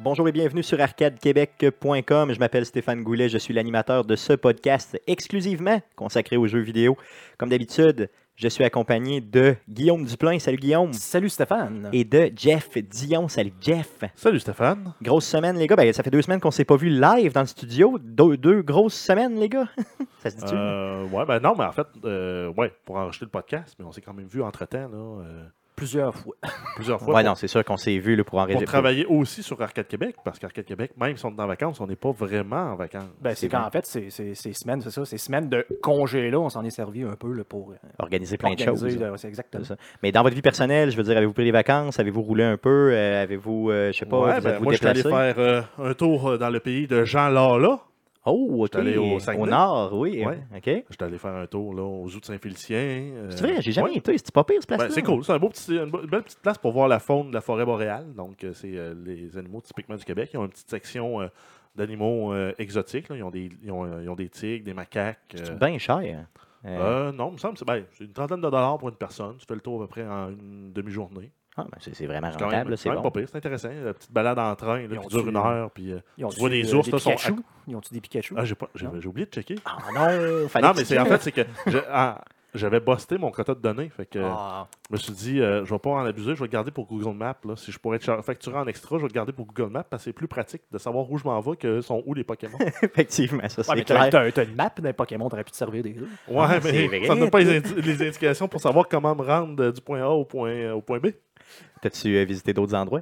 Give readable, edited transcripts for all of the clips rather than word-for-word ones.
Bonjour et bienvenue sur arcadequebec.com. Je m'appelle Stéphane Goulet, je suis l'animateur de ce podcast exclusivement consacré aux jeux vidéo. Comme d'habitude, je suis accompagné de Guillaume Duplain. Salut Guillaume. Salut Stéphane. Et de Jeff Dion. Salut Jeff. Salut Stéphane. Grosse semaine les gars. Ça fait 2 semaines qu'on ne s'est pas vu live dans le studio. Deux grosses semaines les gars. Ça se dit-tu? Ouais, non, mais en fait, pour enregistrer le podcast, mais on s'est quand même vu entre-temps. Là, Plusieurs fois. plusieurs fois. Ouais, non, c'est sûr qu'on s'est vu là, pour enregistrer. Pour travailler aussi sur Arcade Québec, parce qu'Arcade Québec, même si on est en vacances, on n'est pas vraiment en vacances. Ben, c'est qu'en fait, c'est semaines, c'est ça. Ces semaines de congé là, on s'en est servi un peu là, pour organiser plein de choses. C'est exactement ça. Mais dans votre vie personnelle, je veux dire, avez-vous pris des vacances? Avez-vous roulé un peu? Avez-vous, je sais pas, Ouais, vous moi, je suis allé déplacé? faire un tour dans le pays de Jean Lala. Oh, OK. allé au Saguenay. Nord, oui. Ouais. OK. J'étais allé faire un tour là, aux Zoos de Saint-Félicien. C'est vrai, j'ai jamais ouais. été. C'est pas pire, ce place-là. Ben, c'est cool. C'est une belle petite place pour voir la faune de la forêt boréale. Donc, c'est les animaux typiquement du Québec. Ils ont une petite section d'animaux exotiques. Là. Ils ont des tigres, des macaques. C'est bien cher. Non, il me semble que c'est une trentaine de dollars pour une personne. Tu fais le tour à peu près en une demi-journée. Ah, ben c'est vraiment C'est quand rentable, même, c'est quand même bon. pas pire, c'est intéressant. La petite balade en train là, qui dure 1 heure. Puis, tu vois des ours. Des Là, Pikachu? Ils ont-tu des Pikachu? Ah, j'ai oublié de checker. Ah non, fallait Non, mais c'est que j'avais busté mon quota de données. Fait que je me suis dit, je vais pas en abuser, je vais le garder pour Google Maps. Là. Si je pourrais être facturé en extra, je vais le garder pour Google Maps parce que c'est plus pratique de savoir où je m'en vais que sont où les Pokémon. Effectivement, ça c'est Ouais, mais clair. t'as une map d'un Pokémon, t'aurais pu te servir des deux. Ouais, c'est mais vrai, ça ne donne pas les indications pour savoir comment me rendre du point A au point B. T'as-tu visité d'autres endroits?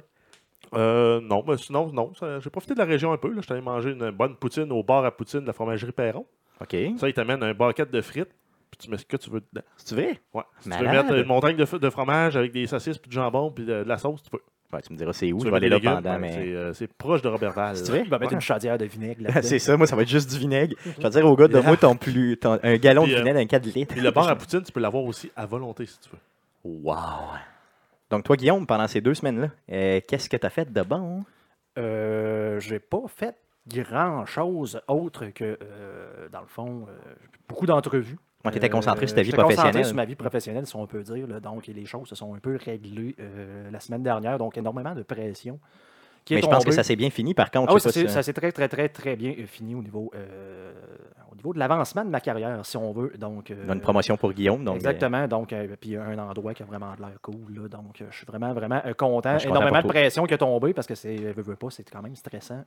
Non, mais sinon, non. J'ai profité de la région un peu. Là. Je suis allé manger une bonne poutine au bar à poutine de la fromagerie Perron. OK. Ça, ils t'amènent un bucket de frites, puis tu mets ce que tu veux dedans. C'est vrai? Ouais. Si tu Malade. veux mettre une montagne de fromage avec des saucisses, puis du jambon, puis de la sauce, tu peux. Ouais, tu me diras c'est où, Tu je veux vais aller mettre là des pendant, légumes, mais... c'est proche de Robertval. C'est vrai? Il va mettre une chaudière de vinaigre là. C'est ça, moi ça va être juste du vinaigre. Je vais dire au gars, donne-moi un gallon de Puis, vinaigre dans 4 litres. Puis le bar à poutine, tu peux l'avoir aussi à volonté si tu veux. Wow! Donc toi, Guillaume, pendant ces 2 semaines-là, qu'est-ce que tu as fait de bon? J'ai pas fait grand-chose autre que, dans le fond, beaucoup d'entrevues. Moi, tu étais concentré sur ta vie J'étais concentré professionnelle. sur ma vie professionnelle, si on peut dire. Là. Donc, les choses se sont un peu réglées la semaine dernière. Donc, énormément de pression. Mais je pense que ça s'est bien fini, par contre. Ah oui, je sais pas ça s'est très, très, très, très bien fini au niveau de l'avancement de ma carrière, si on veut. Donc, une promotion pour Guillaume. Donc, exactement. Donc, puis un endroit qui a vraiment de l'air cool. Là. Donc, je suis vraiment, vraiment content. Je suis content Énormément pour de toi. pression qui est tombée parce que veux pas, c'est quand même stressant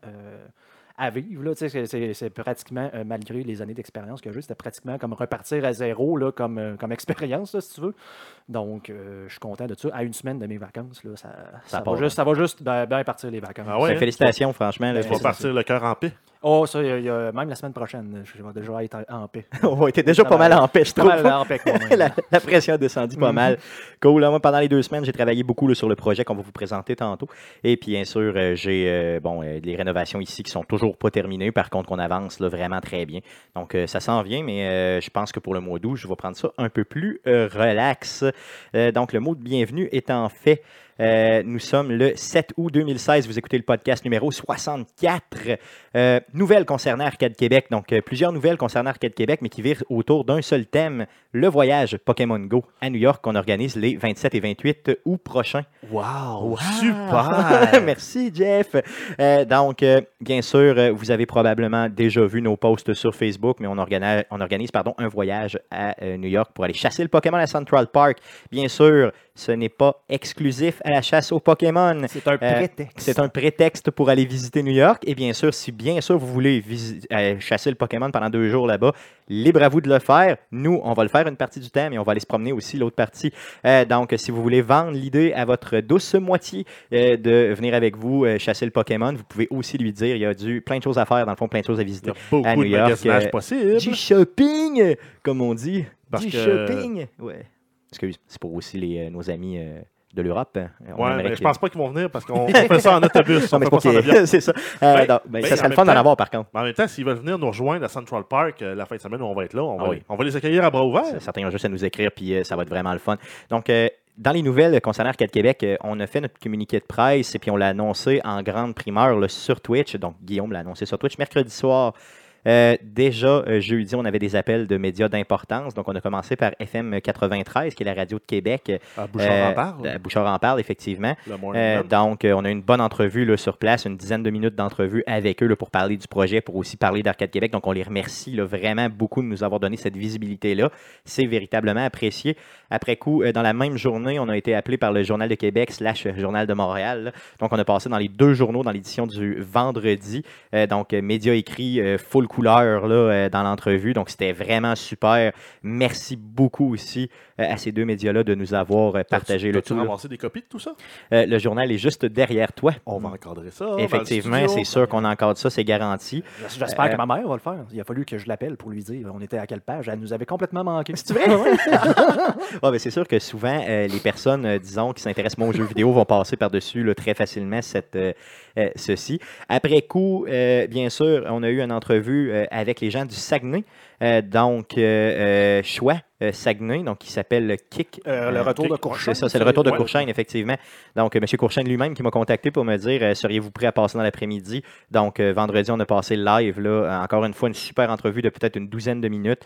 à vivre. Là. C'est pratiquement, malgré les années d'expérience que j'ai, c'était pratiquement comme repartir à zéro là, comme expérience, là, si tu veux. Donc, je suis content de ça. À 1 semaine de mes vacances, là, ça va juste bien partir les vacances. Ah ouais? Félicitations, franchement. Là, Tu vas partir le cœur en paix. Oh, ça, même la semaine prochaine, je vais déjà être en paix. On était déjà pas mal en paix, je Pas trouve. mal en paix, quand même. La pression a descendu pas mal. Cool. Là, moi, pendant les 2 semaines, j'ai travaillé beaucoup là, sur le projet qu'on va vous présenter tantôt. Et puis, bien sûr, j'ai les rénovations ici qui sont toujours pas terminées. Par contre, on avance là, vraiment très bien. Donc, ça s'en vient, mais je pense que pour le mois d'août, je vais prendre ça un peu plus relax. Donc, le mot de bienvenue étant fait. Nous sommes le 7 août 2016. Vous écoutez le podcast numéro 64. Nouvelles concernant Arcade Québec. Donc, plusieurs nouvelles concernant Arcade Québec, mais qui virent autour d'un seul thème, le voyage Pokémon Go à New York qu'on organise les 27 et 28 août prochains. Wow! Super! Merci, Jeff. Donc, bien sûr, vous avez probablement déjà vu nos posts sur Facebook, mais on organise un voyage à New York pour aller chasser le Pokémon à Central Park. Bien sûr, ce n'est pas exclusif à la chasse aux Pokémon. C'est un prétexte. C'est un prétexte pour aller visiter New York. Et bien sûr, si vous voulez chasser le Pokémon pendant 2 jours là-bas, libre à vous de le faire. Nous, on va le faire une partie du temps, mais on va aller se promener aussi l'autre partie. Donc, si vous voulez vendre l'idée à votre douce moitié de venir avec vous chasser le Pokémon, vous pouvez aussi lui dire il y a plein de choses à faire, dans le fond, plein de choses à Il y visiter a beaucoup à New de York. magasinage possible. Du shopping, comme on dit. Parce du que- shopping. Ouais. Excuse, c'est pour aussi nos amis de l'Europe. On Ouais, aimerait mais je qu'ils- pense pas qu'ils vont venir parce qu'on fait ça en autobus. Non, On mais fait pas ça en c'est avion. c'est ça. Ben, Ça ben, serait en le même fun d'en temps- avoir, par contre. Mais en même temps, s'ils veulent venir nous rejoindre à Central Park la fin de semaine où on va être là, Ah oui. on va les accueillir à bras ouverts. Certains ont juste à nous écrire, puis ça va être vraiment le fun. Donc, dans les nouvelles concernant Arcade Québec, on a fait notre communiqué de presse et puis on l'a annoncé en grande primeur là, sur Twitch. Donc, Guillaume l'a annoncé sur Twitch mercredi soir. Déjà, jeudi, on avait des appels de médias d'importance. Donc, on a commencé par FM 93, qui est la radio de Québec. À Bouchard en parle. À Bouchard en parle, effectivement. Le Donc, on a eu une bonne entrevue là, sur place, une dizaine de minutes d'entrevue avec eux là, pour parler du projet, pour aussi parler d'Arcade Québec. Donc, on les remercie là, vraiment beaucoup de nous avoir donné cette visibilité-là. C'est véritablement apprécié. Après coup, dans la même journée, on a été appelé par le Journal de Québec / Journal de Montréal. Là. Donc, on a passé dans les 2 journaux dans l'édition du vendredi. Donc, médias écrits full couleur là, dans l'entrevue. Donc, c'était vraiment super. Merci beaucoup aussi à ces 2 médias-là de nous avoir partagé le tout. Tu as ramassé des copies de tout ça? Le journal est juste derrière toi. On va encadrer ça. Effectivement, c'est sûr qu'on encadre ça, c'est garanti. J'espère que ma mère va le faire. Il a fallu que je l'appelle pour lui dire on était à quelle page. Elle nous avait complètement manqué. C'est vrai? Ouais, ben c'est sûr que souvent, les personnes, disons, qui s'intéressent moins aux jeux vidéo vont passer par-dessus là, très facilement ceci. Après coup, bien sûr, on a eu une entrevue avec les gens du Saguenay. Choix Saguenay, donc qui s'appelle Kick. Le retour de Courchaine. C'est ça, c'est le retour de Courchaine, effectivement. Donc, M. Courchaine lui-même qui m'a contacté pour me dire seriez-vous prêt à passer dans l'après-midi? Donc, vendredi, on a passé le live. Là, encore une fois, une super entrevue de peut-être une douzaine de minutes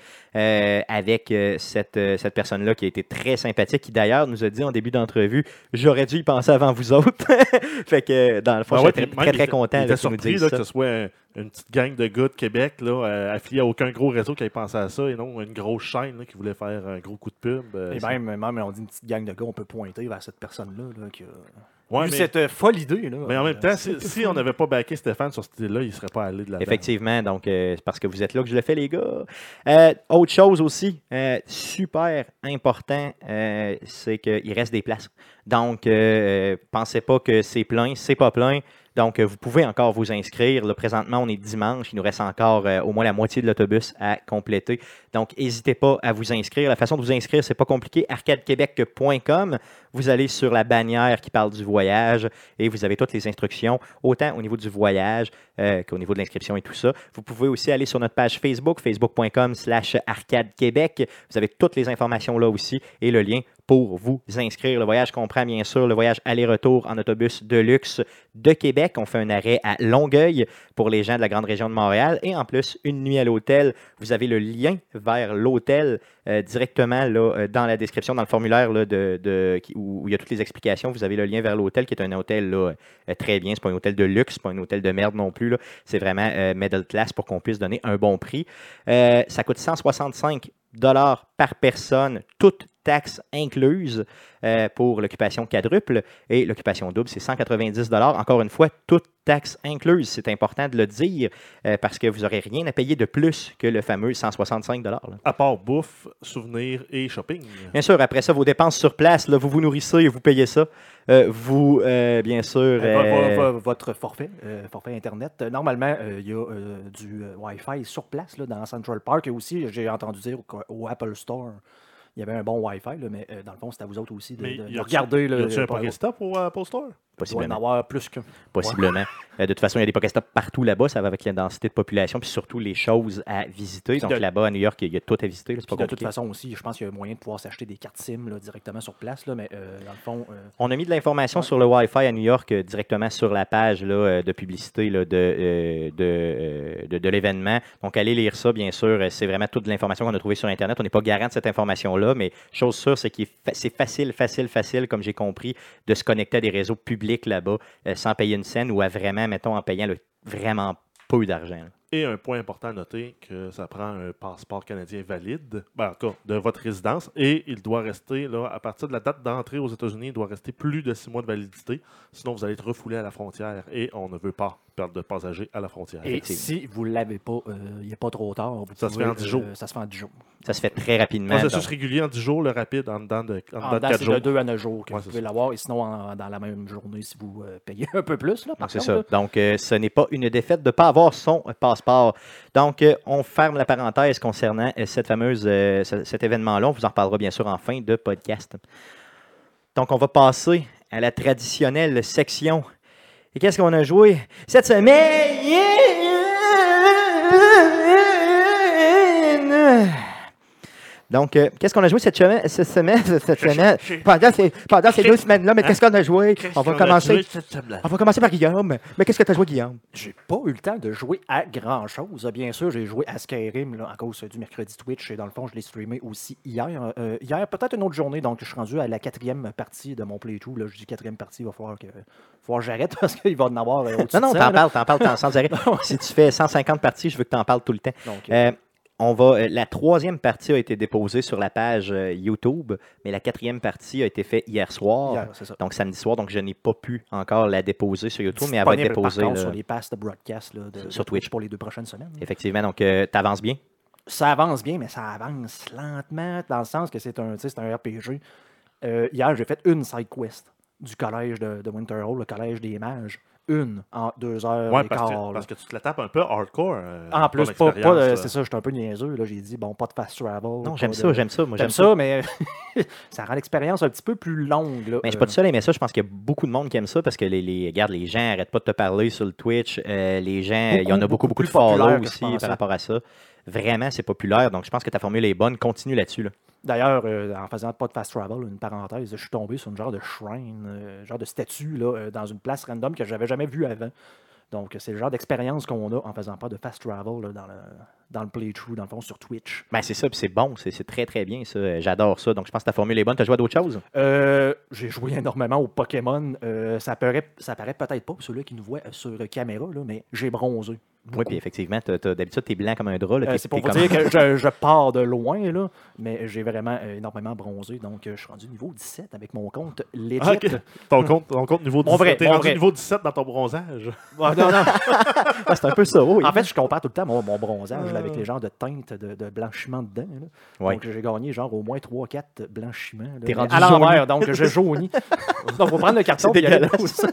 avec cette personne-là qui a été très sympathique, qui d'ailleurs nous a dit en début d'entrevue j'aurais dû y penser avant vous autres. Fait que, dans le fond, je suis très content de nous dire ça. Que ce soit une petite gang de gars de Québec là, affiliés à aucun gros réseau qui ait pensé à ça et non une grosse chaîne là, qui voulait faire un gros coup de pub. Et même, on dit une petite gang de gars, on peut pointer vers cette personne-là là, qui a eu cette folle idée. Là, mais en même temps, si on n'avait pas backé Stéphane sur cette idée-là, il ne serait pas allé de la Effectivement, donc c'est parce que vous êtes là que je le fais, les gars. Autre chose aussi, super important, c'est qu'il reste des places. Donc, pensez pas que c'est plein, c'est pas plein. Donc, vous pouvez encore vous inscrire. Là, présentement, on est dimanche. Il nous reste encore au moins la moitié de l'autobus à compléter. Donc, n'hésitez pas à vous inscrire. La façon de vous inscrire, c'est pas compliqué. arcadequebec.com. Vous allez sur la bannière qui parle du voyage et vous avez toutes les instructions, autant au niveau du voyage qu'au niveau de l'inscription et tout ça. Vous pouvez aussi aller sur notre page Facebook, facebook.com/arcadequebec. Vous avez toutes les informations là aussi et le lien pour vous inscrire. Le voyage comprend bien sûr le voyage aller-retour en autobus de luxe de Québec. On fait un arrêt à Longueuil pour les gens de la grande région de Montréal et en plus, une nuit à l'hôtel. Vous avez le lien vers l'hôtel directement là, dans la description, dans le formulaire là, où il y a toutes les explications. Vous avez le lien vers l'hôtel qui est un hôtel là, très bien. Ce n'est pas un hôtel de luxe, ce n'est pas un hôtel de merde non plus. Là. C'est vraiment middle class pour qu'on puisse donner un bon prix. Ça coûte 165 $ par personne, toutes taxes incluses pour l'occupation quadruple et l'occupation double, c'est 190 $. Encore une fois, toutes taxes incluses. C'est important de le dire parce que vous n'aurez rien à payer de plus que le fameux 165 $. Là. À part bouffe, souvenirs et shopping. Bien sûr, après ça, vos dépenses sur place, là, vous vous nourrissez et vous payez ça. Bien sûr... votre forfait Internet. Normalement, il y a du Wi-Fi sur place là, dans Central Park. Et aussi, j'ai entendu dire au Apple Store, il y avait un bon Wi-Fi, là, mais dans le fond, c'est à vous autres aussi de regarder. Y a-t-il un Pokéstop au Apple Store? Possiblement. Il doit en avoir plus qu'un. Possiblement. De toute façon, il y a des Pokéstops partout là-bas. Ça va avec la densité de population, puis surtout les choses à visiter. Donc là-bas, à New York, il y a tout à visiter. Là, c'est pas de toute façon aussi, je pense qu'il y a moyen de pouvoir s'acheter des cartes SIM là, directement sur place. Là, mais dans le fond... On a mis de l'information sur le Wi-Fi à New York directement sur la page là, de publicité là, de l'événement. Donc, allez lire ça, bien sûr. C'est vraiment toute l'information qu'on a trouvée sur Internet. On n'est pas garant de cette information-là, mais chose sûre, c'est que c'est facile, comme j'ai compris, de se connecter à des réseaux publics là-bas sans payer une scène ou à vraiment, mettons, en payant vraiment peu d'argent. Là. Et un point important à noter, que ça prend un passeport canadien valide, en tout cas, de votre résidence, et il doit rester, là, à partir de la date d'entrée aux États-Unis, il doit rester plus de 6 mois de validité, sinon vous allez être refoulé à la frontière, et on ne veut pas perdre de passagers à la frontière. Et si vous ne l'avez pas, il n'est pas trop tard. Ça se fait en 10 jours. Ça se fait en 10 jours. Ça se fait très rapidement. Processus régulier en 10 jours, le rapide en dedans de 4 jours. De 2 à 9 jours que vous pouvez l'avoir, et sinon dans la même journée si vous payez un peu plus. Là, c'est ça. Donc, ce n'est pas une défaite de ne pas avoir son passeport. Donc, on ferme la parenthèse concernant cet événement-là. On vous en reparlera bien sûr en fin de podcast. Donc, on va passer à la traditionnelle section. Et qu'est-ce qu'on a joué cette semaine? Donc, qu'est-ce qu'on a joué cette semaine? Pendant ces 2 semaines-là, mais qu'est-ce qu'on a joué? On va commencer par Guillaume. Mais qu'est-ce que tu as joué, Guillaume? J'ai pas eu le temps de jouer à grand-chose. Bien sûr, j'ai joué à Skyrim là, à cause du mercredi Twitch. Et dans le fond, je l'ai streamé aussi hier. Hier, peut-être une autre journée. Donc, je suis rendu à la 4e partie de mon playthrough. Là, je dis 4e partie, il va falloir que j'arrête parce qu'il va en avoir au-dessus Non, de ça, t'en parles sans arrêt. Si tu fais 150 parties, je veux que tu en parles tout le temps. Donc, la 3e partie a été déposée sur la page YouTube, mais la 4e partie a été faite hier soir, hier, c'est ça. donc samedi soir, donc je n'ai pas pu encore la déposer sur YouTube, mais elle va être déposée par contre, là, sur les passes de broadcast là, sur Twitch pour les 2 prochaines semaines. Effectivement, donc tu avances bien. Ça avance bien, mais ça avance lentement, dans le sens que c'est un RPG. Hier, j'ai fait une side quest du collège de Winterhold, le collège des mages. Une en 2 heures Ouais, et quart. parce que tu te la tapes un peu hardcore. En plus, ton expérience, c'est ça, j'étais un peu niaiseux. Là, j'ai dit, bon, pas de fast travel. Non, j'aime ça. Moi, j'aime ça, mais ça rend l'expérience un petit peu plus longue. Là. Mais je suis pas tout seul à aimer ça. Je pense qu'il y a beaucoup de monde qui aime ça parce que regarde, les gens n'arrêtent pas de te parler sur le Twitch. Les gens, il y en a beaucoup de follow aussi par rapport à ça. Vraiment, c'est populaire. Donc, je pense que ta formule est bonne. Continue là-dessus. Là. D'ailleurs, en faisant pas de fast travel, une parenthèse, je suis tombé sur une genre de shrine, genre de statue là, dans une place random que j'avais jamais vue avant. Donc, c'est le genre d'expérience qu'on a en faisant pas de fast travel là, dans le playthrough, dans le fond, sur Twitch. Ben, c'est ça, puis c'est bon. C'est très, très bien, ça. J'adore ça. Donc, je pense que ta formule est bonne. Tu as joué à d'autres choses? J'ai joué énormément au Pokémon. Ça paraît peut-être pas pour ceux-là qui nous voient sur caméra, là, mais j'ai bronzé. Oui, puis effectivement, d'habitude, t'es blanc comme un drap. C'est pour vous dire que je pars de loin, là, mais j'ai vraiment énormément bronzé. Donc, je suis rendu niveau 17 avec mon compte legit. Ah, okay. Ton compte niveau 17. T'es rendu niveau 17 dans ton bronzage. Non. C'est un peu ça, oui. En fait, je compare tout le temps mon bronzage là, avec les genres de teintes de blanchiment dedans. Là. Ouais. Donc, j'ai gagné genre au moins 3-4 blanchiments. Là, t'es rendu à l'envers, donc je jaunis. Donc, il faut prendre le carton. C'est dégueulasse.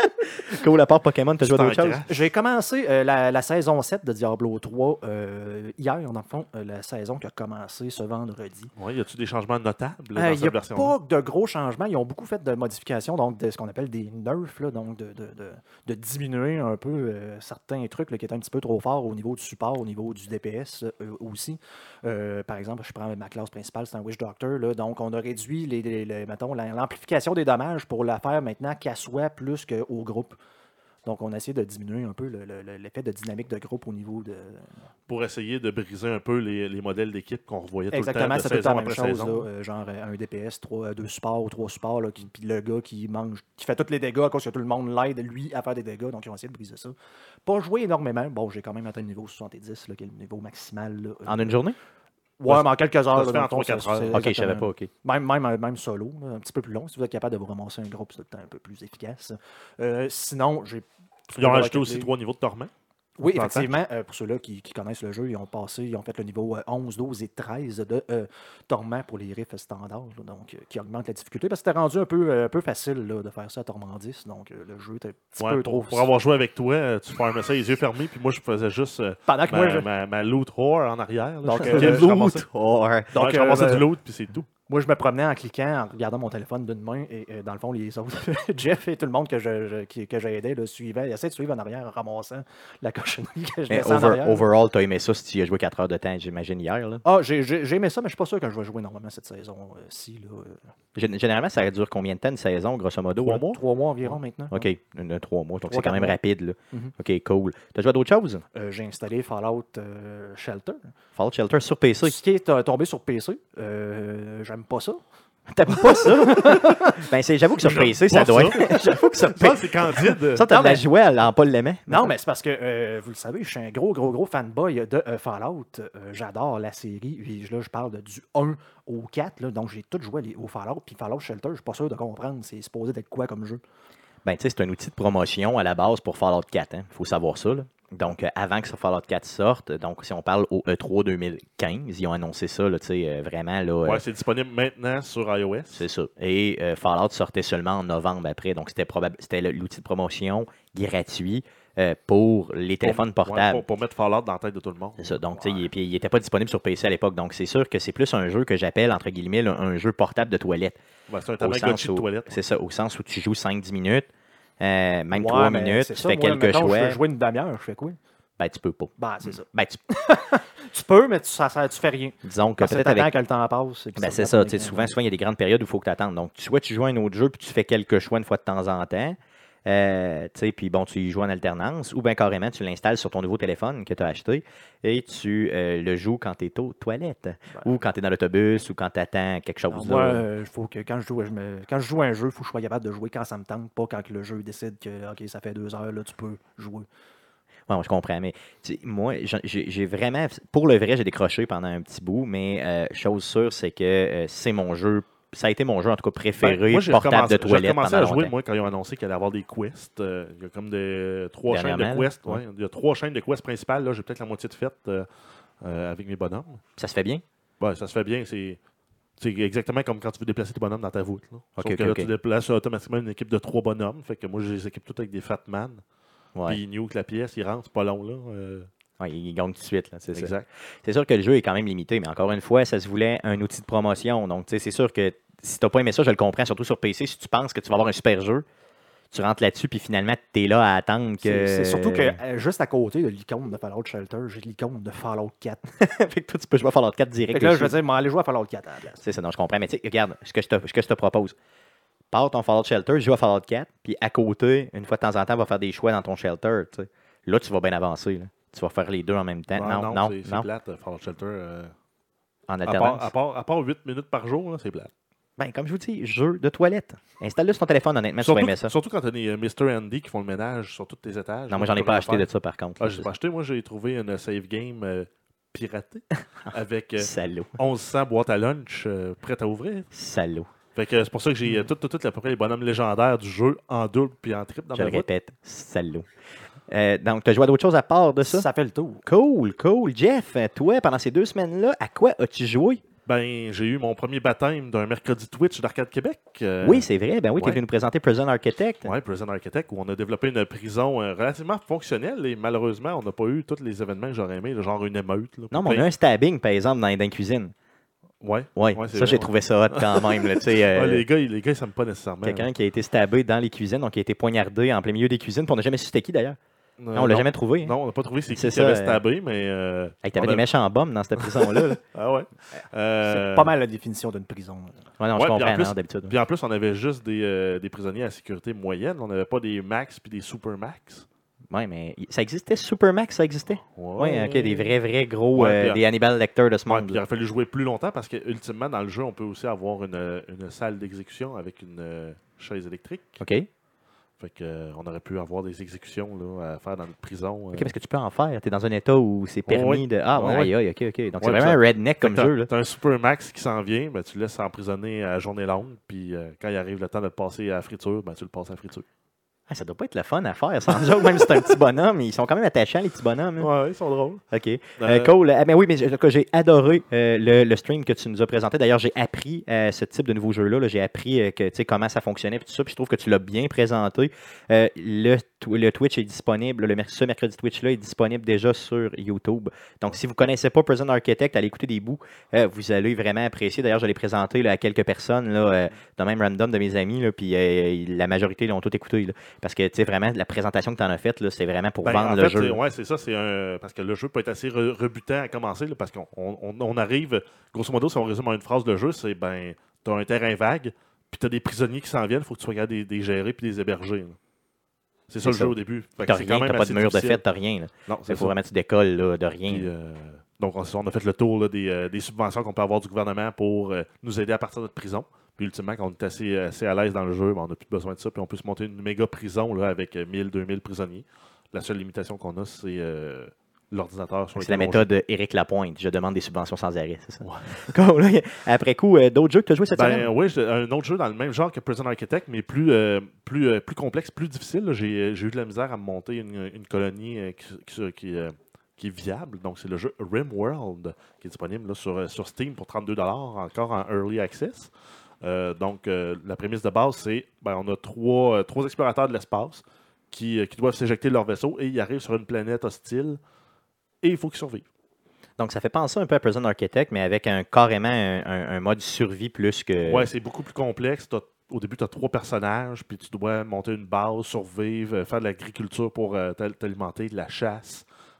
Cool, à part Pokémon, t'as joué à d'autres choses? J'ai commencé la saison 7 de Diablo 3 hier, dans le fond, la saison qui a commencé ce vendredi. Oui, y a-tu des changements notables dans cette cette version? Il n'y a pas de gros changements. Ils ont beaucoup fait de modifications, donc de ce qu'on appelle des nerfs, là, donc de diminuer un peu certains trucs là, qui étaient un petit peu trop forts au niveau du support, au niveau du DPS aussi. Par exemple, je prends ma classe principale, c'est un Witch Doctor, là, donc on a réduit mettons, l'amplification des dommages pour la faire maintenant qu'elle soit plus qu'au groupe. Donc, on a essayé de diminuer un peu l'effet de dynamique de groupe au niveau de... Pour essayer de briser un peu les modèles d'équipe qu'on revoyait tout exactement, le temps, de saison après saison. Exactement, c'est la même chose. Genre un DPS, 2 supports ou 3 supports, puis le gars qui fait tous les dégâts à cause que tout le monde l'aide, lui, à faire des dégâts. Donc, ils ont essayé de briser ça. Pas joué énormément. Bon, j'ai quand même atteint le niveau 70, là, qui est le niveau maximal. Là, en une journée? Ouais, mais en quelques heures. Ça se fait en 3-4 heures. Ok, je savais pas, ok. Même solo, là, un petit peu plus long. Si vous êtes capable de vous ramasser un groupe, c'est le temps un peu plus efficace. Sinon, j'ai... Ils ont rajouté aussi 3 niveaux de torment. Oui, effectivement, pour ceux-là qui connaissent le jeu, ils ont fait le niveau 11, 12 et 13 de Torment pour les riffs standards, là, donc qui augmente la difficulté, parce que c'était rendu un peu facile là, de faire ça à Torment 10, donc le jeu était un petit peu trop... Pour avoir joué avec toi, tu farmais ça les yeux fermés, puis moi je faisais juste pendant que ma loot whore en arrière. Là, donc, loot whore. Donc, je ramassais du loot, puis c'est tout. Moi, je me promenais en cliquant, en regardant mon téléphone d'une main, et dans le fond, les autres, Jeff et tout le monde que j'ai aidé, suivaient, essayaient de suivre en arrière en ramassant la cochonnerie que je laissais en arrière. Overall, tu as aimé ça si tu y as joué 4 heures de temps, j'imagine, hier. Là. Ah, j'ai aimé ça, mais je suis pas sûr que je vais jouer énormément cette saison-ci. Généralement, ça dure combien de temps une saison, grosso modo? 3 mois? 3 mois environ maintenant. OK, 3 mois, donc c'est quand même mois. rapide. Là. Mm-hmm. OK, cool. Tu as joué à d'autres choses? J'ai installé Fallout Shelter. Fallout Shelter sur PC? Ce qui est tombé sur PC. J'aime pas ça. T'aimes pas ça? Ben, j'avoue que sur PC, ça doit être. J'avoue que sur PC. C'est candide. Ça, t'as la joué en pas l'aimant. Non, mais c'est parce que, vous le savez, je suis un gros fanboy de Fallout. J'adore la série. Puis là, je parle du 1 au 4. Là, donc, j'ai tout joué au Fallout. Puis Fallout Shelter, je suis pas sûr de comprendre. C'est supposé d'être quoi comme jeu? Ben, tu sais, c'est un outil de promotion à la base pour Fallout 4. Il faut savoir ça. Là. Donc, avant que ce Fallout 4 sorte, donc si on parle au E3 2015, ils ont annoncé ça, là, vraiment. Là, ouais, c'est disponible maintenant sur iOS. C'est ça. Et Fallout sortait seulement en novembre après. Donc, c'était l'outil de promotion gratuit pour les téléphones portables. Ouais, pour mettre Fallout dans la tête de tout le monde. C'est ça. Donc, il n'était pas disponible sur PC à l'époque. Donc, c'est sûr que c'est plus un jeu que j'appelle, entre guillemets, là, un jeu portable de toilette. Ouais, c'est un Tamagotchi de toilette. C'est ça, au sens où tu joues 5-10 minutes. Même 3 minutes, tu fais quelques mettons, choix. Je fais jouer une demi-heure, je fais quoi? Ben, tu peux pas. Ben, c'est ça. Ben, Tu peux, mais tu fais rien. disons que Parce que peut-être avec. que le temps passe. Ben, c'est ça. Souvent, il y a des grandes périodes où il faut que tu attendes. Donc, soit tu joues à un autre jeu, puis tu fais quelques choix une fois de temps en temps. Puis bon, tu y joues en alternance, ou bien carrément, tu l'installes sur ton nouveau téléphone que tu as acheté et tu le joues quand tu es aux toilettes, ou quand tu es dans l'autobus, ou quand tu attends quelque chose. Moi, faut que quand je joue à un jeu, il faut que je sois capable de jouer quand ça me tente, pas quand le jeu décide que OK, ça fait 2 heures, là, tu peux jouer. Ouais, je comprends, mais moi, j'ai vraiment, pour le vrai, j'ai décroché pendant un petit bout, mais chose sûre, c'est que c'est mon jeu, ça a été mon jeu en tout cas préféré, moi, portable de toilette. J'ai commencé pendant à jouer, longtemps. moi, quand ils ont annoncé qu'il allait y avoir des quests. Il y a comme trois chaînes de Dernièrement, quests. là. Ouais. Il y a 3 chaînes de quests principales. Là, j'ai peut-être la moitié de faites avec mes bonhommes. Ça se fait bien? Ouais, ça se fait bien. C'est exactement comme quand tu veux déplacer tes bonhommes dans ta voûte. Là. Ok, Sauf que là, ok. tu déplaces automatiquement une équipe de 3 bonhommes. Fait que moi, je les équipe toutes avec des Fat Man. Ouais. Puis ils nuke la pièce, ils rentrent, c'est pas long là. Ouais, il gagne tout de suite. Là, c'est ça. Exact. C'est sûr que le jeu est quand même limité, mais encore une fois, ça se voulait un outil de promotion. Donc, c'est sûr que si tu n'as pas aimé ça, je le comprends, surtout sur PC. Si tu penses que tu vas avoir un super jeu, tu rentres là-dessus, puis finalement, tu es là à attendre que. C'est surtout que juste à côté de l'icône de Fallout Shelter, j'ai l'icône de Fallout 4. Fait que toi, tu peux jouer à Fallout 4 direct. Fait que là, je dessus. vais dire, aller jouer à Fallout 4 à la place. C'est ça, non, je comprends. Mais tu sais, regarde, ce que je te propose. Pars ton Fallout Shelter, joue à Fallout 4, puis à côté, une fois de temps en temps, va faire des choix dans ton shelter. Tu sais. Là, tu vas bien avancer. Là. Tu vas faire les deux en même temps. Non. C'est plate, Fallout Shelter. En alternance. À part 8 minutes par jour, là, c'est plate. Ben, comme je vous dis, jeu de toilette. Installe-le sur ton téléphone, honnêtement, tu vas aimer ça. Surtout quand tu as des Mr. Andy qui font le ménage sur tous tes étages. Non, moi, j'en ai pas acheté de ça, par contre. Ah, j'ai pas acheté. Moi, j'ai trouvé une save game piratée avec Salaud. 1100 boîtes à lunch prêtes à ouvrir. Salaud. Fait que c'est pour ça que j'ai tout à peu près les bonhommes légendaires du jeu en double puis en triple dans Je ma le boîte. répète, salaud. Donc, tu as joué à d'autres choses à part de ça? Ça fait le tour. Cool. Jeff, toi, pendant ces 2 semaines-là, à quoi as-tu joué? Ben, j'ai eu mon premier baptême d'un mercredi Twitch d'Arcade Québec. Oui, c'est vrai. Ben oui, tu es ouais. venu nous présenter Prison Architect. Oui, Prison Architect, où on a développé une prison relativement fonctionnelle et malheureusement, on n'a pas eu tous les événements que j'aurais aimé, genre une émeute. Là, Non, mais on a un stabbing, par exemple, dans la cuisine. Ouais, ça, vrai, j'ai trouvé ça hot quand même. Là, les gars, ils s'aiment pas nécessairement. Quelqu'un qui a été stabé dans les cuisines, donc qui a été poignardé en plein milieu des cuisines, puis on n'a jamais su c'était qui d'ailleurs. Non, on l'a jamais trouvé. Hein. Non, on n'a pas trouvé c'est qui ça, avait stabé, mais... Hey, t'avais des méchants bombes dans cette prison-là. Là. Ah ouais? C'est pas mal la définition d'une prison. Ouais, non, je comprends, d'habitude. Puis en plus, on avait juste des prisonniers à sécurité moyenne. On n'avait pas des max puis des super max. Oui, mais ça existait, Supermax, ça existait? Oui, OK, des vrais gros, des Hannibal Lecter de ce monde. Puis il aurait fallu jouer plus longtemps parce que, ultimement, dans le jeu, on peut aussi avoir une salle d'exécution avec une chaise électrique. OK. Fait qu'on aurait pu avoir des exécutions là, à faire dans notre prison. OK, parce que tu peux en faire. Tu es dans un état où c'est permis de... Ah, ouais, OK. Donc, c'est vraiment un redneck comme jeu. Tu as un Supermax qui s'en vient, ben, tu le laisses emprisonner à journée longue, puis quand il arrive le temps de le passer à la friture, ben, tu le passes à la friture. Ah, ça doit pas être le fun à faire, sans joke, même si c'est un petit bonhomme. Ils sont quand même attachants, les petits bonhommes. Hein. Ouais, ils sont drôles. OK. Cool. Ben oui, mais j'ai adoré le stream que tu nous as présenté. D'ailleurs, j'ai appris ce type de nouveau jeu-là. Là. J'ai appris comment ça fonctionnait et tout ça. Puis je trouve que tu l'as bien présenté. Le Twitch est disponible. Ce mercredi Twitch-là est disponible déjà sur YouTube. Donc, si vous ne connaissez pas Prison Architect, allez écouter des bouts. Vous allez vraiment apprécier. D'ailleurs, je l'ai présenté là, à quelques personnes, là, de même random de mes amis. Là, puis la majorité l'ont tout écouté. Là. Parce que, tu sais, vraiment, la présentation que tu en as faite, c'est vraiment pour vendre le jeu. Oui, c'est ça. Parce que le jeu peut être assez rebutant à commencer, là, parce qu'on arrive, grosso modo, si on résume en une phrase de jeu, c'est, ben, tu as un terrain vague, puis tu as des prisonniers qui s'en viennent, il faut que tu sois capable de les gérer puis les héberger. Là. C'est ça le jeu au début. T'as rien, t'as pas de mur de fête, t'as rien. Là. Non, il faut vraiment que tu décolles là, de rien. Puis, donc, on a fait le tour là, des subventions qu'on peut avoir du gouvernement pour nous aider à partir de notre prison. Puis ultimement, quand on est assez à l'aise dans le jeu, ben, on n'a plus besoin de ça. Puis on peut se monter une méga prison là, avec 1000, 2000 prisonniers. La seule limitation qu'on a, c'est l'ordinateur. C'est la méthode Éric Lapointe. Je demande des subventions sans arrêt, c'est ça? Ouais. Cool. Après coup, d'autres jeux que tu as joué cette semaine? Oui, un autre jeu dans le même genre que Prison Architect, mais plus complexe, plus difficile. J'ai eu de la misère à me monter une colonie qui est viable. Donc, c'est le jeu RimWorld qui est disponible là, sur Steam pour 32$, encore en Early Access. Donc, la prémisse de base, c'est on a trois explorateurs de l'espace qui doivent s'éjecter de leur vaisseau et ils arrivent sur une planète hostile et il faut qu'ils survivent. Donc, ça fait penser un peu à Prison Architect, mais avec carrément un mode survie plus que... Ouais, c'est beaucoup plus complexe. Au début, tu as 3 personnages, puis tu dois monter une base, survivre, faire de l'agriculture pour t'alimenter, de la chasse.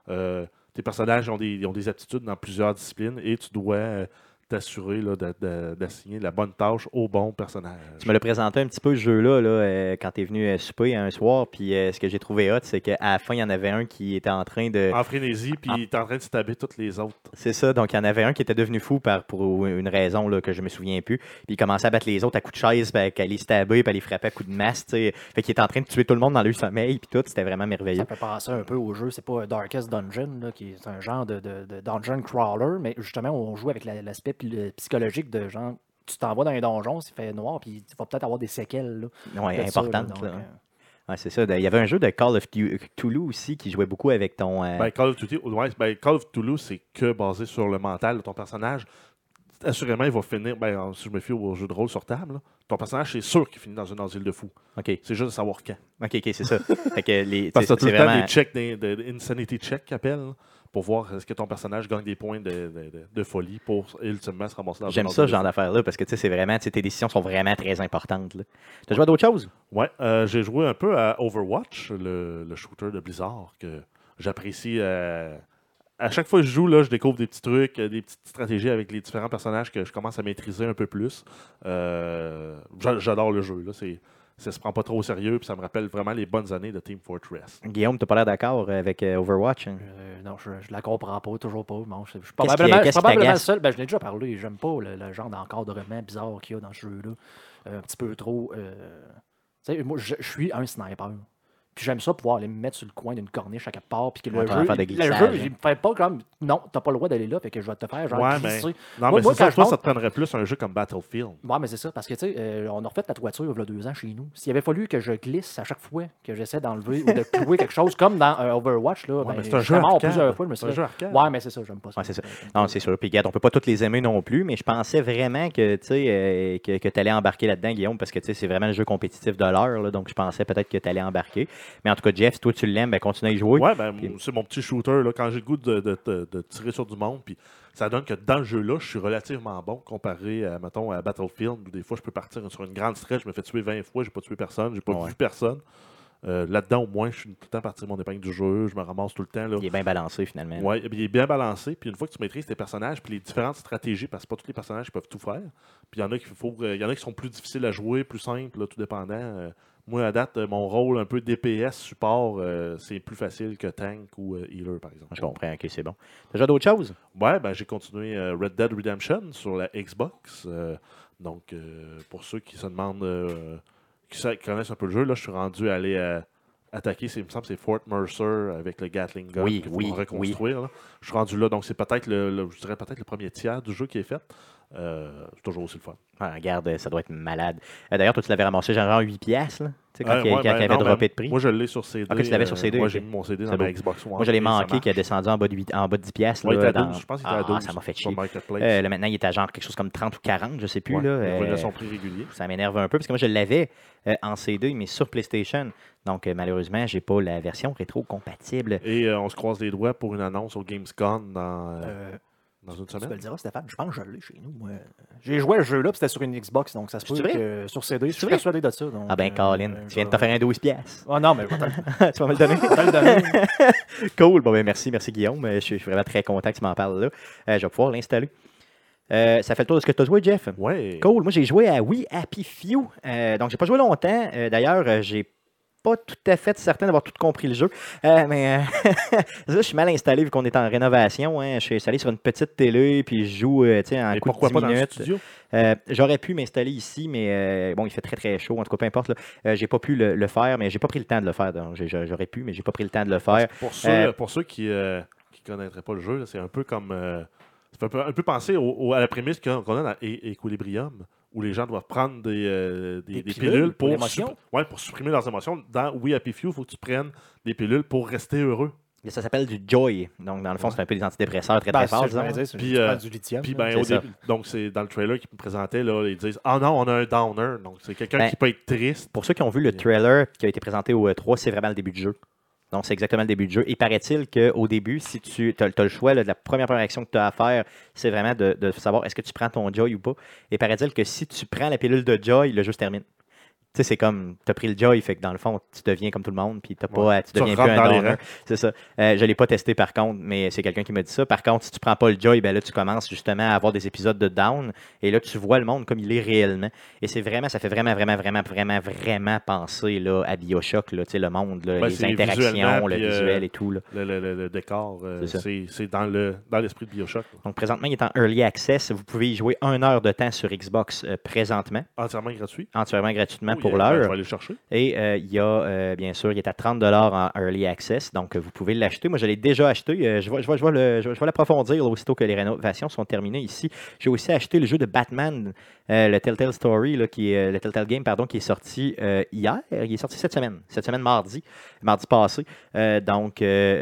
Tes personnages ont des aptitudes dans plusieurs disciplines et tu dois t'assurer d'assigner la bonne tâche au bon personnage. Tu me l'as présenté un petit peu, ce jeu-là, quand tu es venu souper un soir. Puis ce que j'ai trouvé hot, c'est qu'à la fin, il y en avait un qui était en train de. En frénésie, puis il était en train de se taber toutes les autres. C'est ça. Donc, il y en avait un qui était devenu fou pour une raison là, que je me souviens plus. Puis il commençait à battre les autres à coups de chaise, puis à les stabber, puis à les frapper à coups de masse. T'sais. Fait qu'il était en train de tuer tout le monde dans le sommeil, puis tout. C'était vraiment merveilleux. Ça fait penser un peu au jeu. C'est pas Darkest Dungeon, là, qui est un genre de dungeon crawler, mais justement, on joue avec l'aspect psychologique de genre, tu t'en vas dans un donjon, il fait noir, puis tu vas peut-être avoir des séquelles. Oui, importantes. Ouais, c'est ça. Il y avait un jeu de Call of Cthulhu aussi qui jouait beaucoup avec ton. Call of Cthulhu, c'est que basé sur le mental de ton personnage. Assurément, il va finir. Si je me fie au jeu de rôle sur table, là, ton personnage, c'est sûr qu'il finit dans un asile de fous. OK. C'est juste de savoir quand. OK, c'est ça. Fait que parce que tu as tout le temps vraiment... des checks, des insanity checks qu'ils appellent, pour voir est-ce que ton personnage gagne des points de folie pour ultimement se ramasser dans J'aime ça, ce genre d'affaires-là, parce que c'est vraiment, tes décisions sont vraiment très importantes. Tu as joué à d'autres choses? Ouais, j'ai joué un peu à Overwatch, le shooter de Blizzard, que j'apprécie. À chaque fois que je joue, là, je découvre des petits trucs, des petites stratégies avec les différents personnages que je commence à maîtriser un peu plus. J'adore le jeu. Là. Ça se prend pas trop au sérieux, puis ça me rappelle vraiment les bonnes années de Team Fortress. Guillaume, tu n'as pas l'air d'accord avec Overwatch? Hein? Non, je la comprends pas, toujours pas. Bon, je suis probablement seul. Je l'ai déjà parlé. J'aime pas le genre d'encadrement bizarre qu'il y a dans ce jeu-là. Un petit peu trop. Moi, je suis un sniper. Puis j'aime ça pouvoir aller me mettre sur le coin d'une corniche à quelque part. Puis que le jeu, il me fait pas comme non, t'as pas le droit d'aller là, fait que je vais te faire genre glisser. Non, mais c'est ça, je pense que ça te prendrait plus un jeu comme Battlefield. Ouais, mais c'est ça, parce que tu sais, on a refait la toiture il y a 2 ans chez nous. S'il avait fallu que je glisse à chaque fois que j'essaie d'enlever ou de clouer quelque chose comme dans Overwatch, là, c'est un jeu arcade. Plusieurs fois, c'est un jeu arcade. Ouais, mais c'est ça, j'aime pas ça. Ouais, c'est ça. Non, c'est sûr. Puis regarde, on peut pas tous les aimer non plus, mais je pensais vraiment que tu allais embarquer là-dedans, Guillaume, parce que c'est vraiment le jeu compétitif de l'heure, donc je pensais peut-être que tu allais embarquer. Mais en tout cas, Jeff, toi, tu l'aimes, continue à y jouer. Ouais, c'est mon petit shooter. Là, quand j'ai le goût de tirer sur du monde, puis ça donne que dans le jeu-là, je suis relativement bon comparé à, mettons, à Battlefield, où des fois, je peux partir sur une grande stretch, je me fais tuer 20 fois, j'ai pas tué personne, j'ai pas vu personne. Là-dedans, au moins, je suis tout le temps parti de mon épingle du jeu, je me ramasse tout le temps. Là. Il est bien balancé, finalement. Oui, il est bien balancé. Puis une fois que tu maîtrises tes personnages, puis les différentes stratégies, parce que pas tous les personnages peuvent tout faire. Puis il y en a qui sont plus difficiles à jouer, plus simples, là, tout dépendant. Moi, à date, mon rôle un peu DPS support, c'est plus facile que tank ou healer, par exemple. Je comprends, ok, c'est bon. T'as déjà d'autres choses? Ouais, j'ai continué Red Dead Redemption sur la Xbox. Donc, pour ceux qui se demandent, qui connaissent un peu le jeu, là, je suis rendu à aller attaquer, il me semble que c'est Fort Mercer avec le Gatling Gun qu'il faut reconstruire. Là. Je suis rendu là, donc c'est peut-être je dirais peut-être le premier tiers du jeu qui est fait. C'est toujours aussi le fun. Ah, regarde, ça doit être malade. D'ailleurs, toi, tu l'avais ramassé genre 8 piastres, là, quand il avait droppé de prix. Moi, je l'ai sur CD. Ah, que tu l'avais sur CD. Moi, j'ai mis mon CD dans ma Xbox One. Moi, je l'ai manqué qui a descendu en bas de 10 piastres. Ouais, je pense qu'il était à 12. Ça m'a fait chier. Là, maintenant, il est à genre quelque chose comme 30 ou 40, je sais plus. Il a son prix régulier. Ça m'énerve un peu parce que moi, je l'avais en CD, mais sur PlayStation. Donc, malheureusement, j'ai pas la version rétro-compatible. Et on se croise les doigts pour une annonce au Gamescom dans une semaine. Tu me le diras, Stéphane. Je pense que je l'ai chez nous. J'ai joué à ce jeu-là, puis c'était sur une Xbox, donc ça se peut que sur CD. Je suis persuadé de ça. Donc, Colin, tu viens de te faire un 12 piastres. Oh non, mais tu vas me le donner. Cool. Bon, merci Guillaume. Je suis vraiment très content que tu m'en parles là. Je vais pouvoir l'installer. Ça fait le tour de ce que tu as joué, Jeff? Oui. Cool. Moi, j'ai joué à We Happy Few. Donc, j'ai pas joué longtemps. D'ailleurs, j'ai pas tout à fait certain d'avoir tout compris le jeu. Mais je suis mal installé vu qu'on est en rénovation. Hein. Je suis installé sur une petite télé puis je joue en coup de 10 minutes. Dans le studio? J'aurais pu m'installer ici, mais bon, il fait très très chaud. En tout cas, peu importe. J'ai pas pu le faire, mais j'ai pas pris le temps de le faire. J'aurais pu, mais j'ai pas pris le temps de le faire. Pour ceux qui connaîtraient pas le jeu, là, c'est un peu comme... ça fait un peu penser à la prémisse qu'on a dans Equilibrium, où les gens doivent prendre des pilules pour supprimer leurs émotions. Dans We Happy Few, il faut que tu prennes des pilules pour rester heureux. Et ça s'appelle du Joy. Donc, dans le fond, c'est un peu des antidépresseurs très très forts. Puis, du lithium. Puis, donc, c'est dans le trailer qu'ils me présentaient, là, ils disent « Ah non, on a un downer. » Donc, c'est quelqu'un qui peut être triste. Pour ceux qui ont vu le trailer qui a été présenté au E3, c'est vraiment le début du jeu. Donc, c'est exactement le début du jeu. Et paraît-il qu'au début, si tu as le choix, la première action que tu as à faire, c'est vraiment de savoir est-ce que tu prends ton Joy ou pas. Et paraît-il que si tu prends la pilule de Joy, le jeu se termine. sais, c'est comme, tu as pris le Joy, fait que dans le fond, tu deviens comme tout le monde, puis tu Tu deviens plus rentres un dans les donor. rangs. C'est ça. Je ne l'ai pas testé par contre, mais c'est quelqu'un qui m'a dit ça. Par contre, si tu prends pas le Joy, ben là, tu commences justement à avoir des épisodes de down, et là, tu vois le monde comme il est réellement. Et c'est vraiment, ça fait vraiment penser là, à BioShock, là, tu sais, le monde, là, Ben, les c'est interactions, visuellement, le puis, visuel et tout. Là. Le décor, C'est ça. c'est dans l'esprit de BioShock. Là. Donc, présentement, il est en Early Access. Vous pouvez y jouer 1 heure de temps sur Xbox présentement, Entièrement gratuit. entièrement gratuitement Oh, pour yeah. Ben, je l'heure. vais aller le chercher. Et il y a, bien sûr, il est à 30 en Early Access, donc vous pouvez l'acheter. Moi, je l'ai déjà acheté. Je vais l'approfondir là, aussitôt que les rénovations sont terminées ici. J'ai aussi acheté le jeu de Batman, le Telltale Story, là, le Telltale Game, pardon, qui est sorti hier. Il est sorti cette semaine mardi passé. Donc,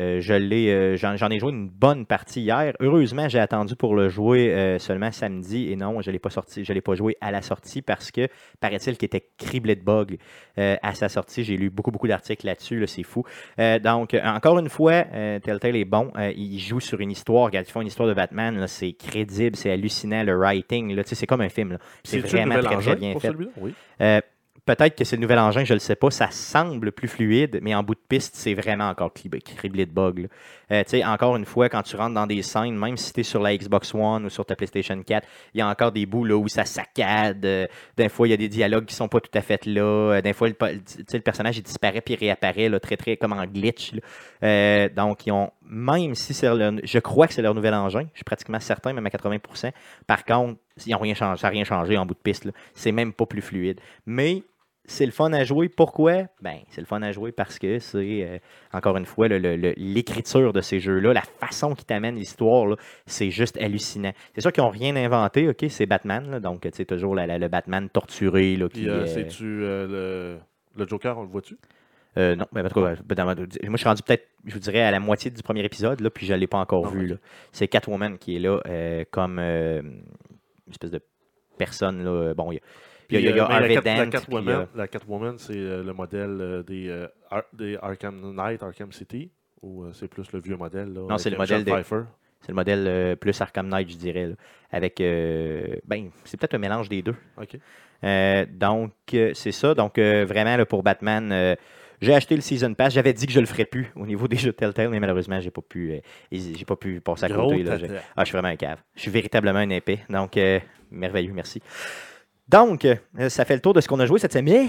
j'en ai joué une bonne partie hier. Heureusement, j'ai attendu pour le jouer seulement samedi, et non, je ne l'ai pas joué à la sortie parce que, paraît-il qu'il était criblé de bugs à sa sortie. J'ai lu beaucoup d'articles là-dessus, là, c'est fou. Donc, encore une fois, Telltale est bon. Il joue sur une histoire. Regarde, ils font une histoire de Batman. Là, c'est crédible, c'est hallucinant. Le writing, là, c'est comme un film. Là. C'est vraiment très bien fait. Oui. Peut-être que c'est le nouvel engin, je ne le sais pas. Ça semble plus fluide, mais en bout de piste, c'est vraiment encore criblé de bugs. Encore une fois, quand tu rentres dans des scènes, même si tu es sur la Xbox One ou sur ta PlayStation 4, il y a encore des bouts là, où ça saccade. Des fois, il y a des dialogues qui ne sont pas tout à fait là. Des fois, le personnage il disparaît puis réapparaît là, très comme en glitch. Donc, ils ont, même si je crois que c'est leur nouvel engin, je suis pratiquement certain, même à 80%. Par contre, ils n'ont rien changé, ça n'a rien changé en bout de piste. C'est même pas plus fluide. Mais c'est le fun à jouer. Pourquoi? Ben, c'est le fun à jouer parce que c'est, encore une fois, l'écriture de ces jeux-là, la façon qu'ils t'amènent l'histoire, là, c'est juste hallucinant. C'est sûr qu'ils n'ont rien inventé, OK? C'est Batman, là, donc tu sais, toujours le Batman torturé. Là, Puis, c'est-tu le Joker, on le voit-tu? Non, mais en tout cas, moi je suis rendu peut-être, je vous dirais, à la moitié du premier épisode, là, puis je ne l'ai pas encore vu. Là. C'est Catwoman qui est là comme une espèce de personne. Là, bon, il y a Harvey Dent. La Catwoman, c'est le modèle des Arkham Knight, Arkham City, ou c'est plus le vieux modèle? Là, non, c'est le modèle c'est le modèle plus Arkham Knight, je dirais. Là, avec, c'est peut-être un mélange des deux. OK. Donc, c'est ça. Donc, vraiment, là, pour Batman, j'ai acheté le Season Pass. J'avais dit que je le ferais plus au niveau des jeux de Telltale, mais malheureusement, j'ai pas pu passer à côté. Là. Je suis vraiment un cave. Je suis véritablement un épais. Donc, merveilleux, merci. Donc, ça fait le tour de ce qu'on a joué cette semaine.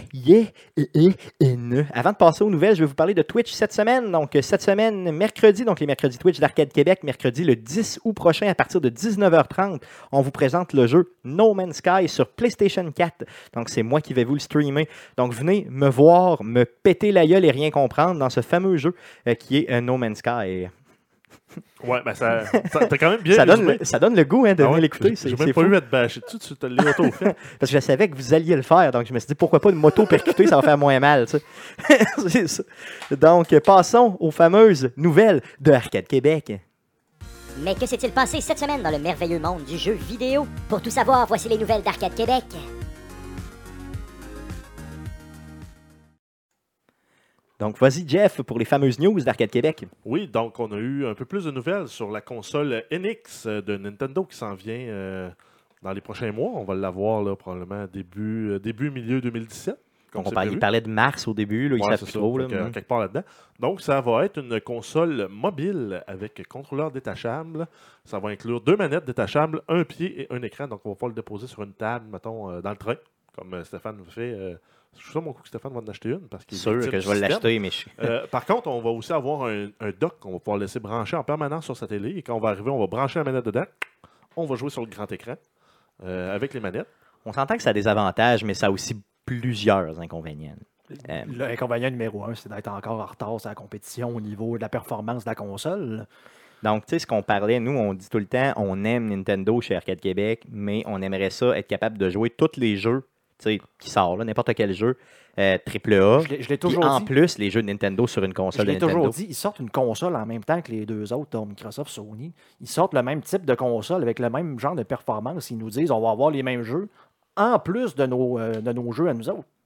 Avant de passer aux nouvelles, je vais vous parler de Twitch cette semaine. Donc, cette semaine, mercredi, donc les mercredis Twitch d'Arcade Québec, mercredi le 10 août prochain à partir de 19h30, on vous présente le jeu No Man's Sky sur PlayStation 4. Donc, c'est moi qui vais vous le streamer. Donc, venez me voir, me péter la gueule et rien comprendre dans ce fameux jeu qui est No Man's Sky. Ouais, ben t'as quand même bien ça donne le goût hein, de venir l'écouter. J'ai même pas eu à te bâcher dessus, tu te l'as auto-fait. Parce que je savais que vous alliez le faire, donc je me suis dit pourquoi pas une moto percutée, ça va faire moins mal. Tu sais. C'est ça. Donc, passons aux fameuses nouvelles de Arcade Québec. Mais que s'est-il passé cette semaine dans le merveilleux monde du jeu vidéo? Pour tout savoir, voici les nouvelles d'Arcade Québec. Donc, vas-y, Jeff, pour les fameuses news d'Arcade Québec. Oui, donc on a eu un peu plus de nouvelles sur la console NX de Nintendo qui s'en vient dans les prochains mois. On va l'avoir là, probablement milieu 2017. Il parlait de mars au début, là, il savent plus trop. Là, quelque part là-dedans. Donc, ça va être une console mobile avec contrôleur détachable. Ça va inclure 2 manettes détachables, un pied et un écran. Donc, on va pouvoir le déposer sur une table, mettons, dans le train, comme Stéphane le fait. Je suis sûr, mon coup, que Stéphane va en acheter une. Parce qu'il est sûr que je vais l'acheter, mais par contre, on va aussi avoir un dock qu'on va pouvoir laisser brancher en permanence sur sa télé. Et quand on va arriver, on va brancher la manette dedans. On va jouer sur le grand écran avec les manettes. On s'entend que ça a des avantages, mais ça a aussi plusieurs inconvénients. L'inconvénient numéro 1, c'est d'être encore en retard sur la compétition au niveau de la performance de la console. Donc, tu sais, ce qu'on parlait, nous, on dit tout le temps, on aime Nintendo chez Arcade Québec, mais on aimerait ça être capable de jouer tous les jeux qui sortent, n'importe quel jeu, AAA. Je l'ai toujours dit. En plus, les jeux de Nintendo sur une console de Nintendo. Je l'ai toujours dit, ils sortent une console en même temps que les deux autres, Microsoft, Sony. Ils sortent le même type de console avec le même genre de performance. Ils nous disent, on va avoir les mêmes jeux en plus de nos jeux à nous autres.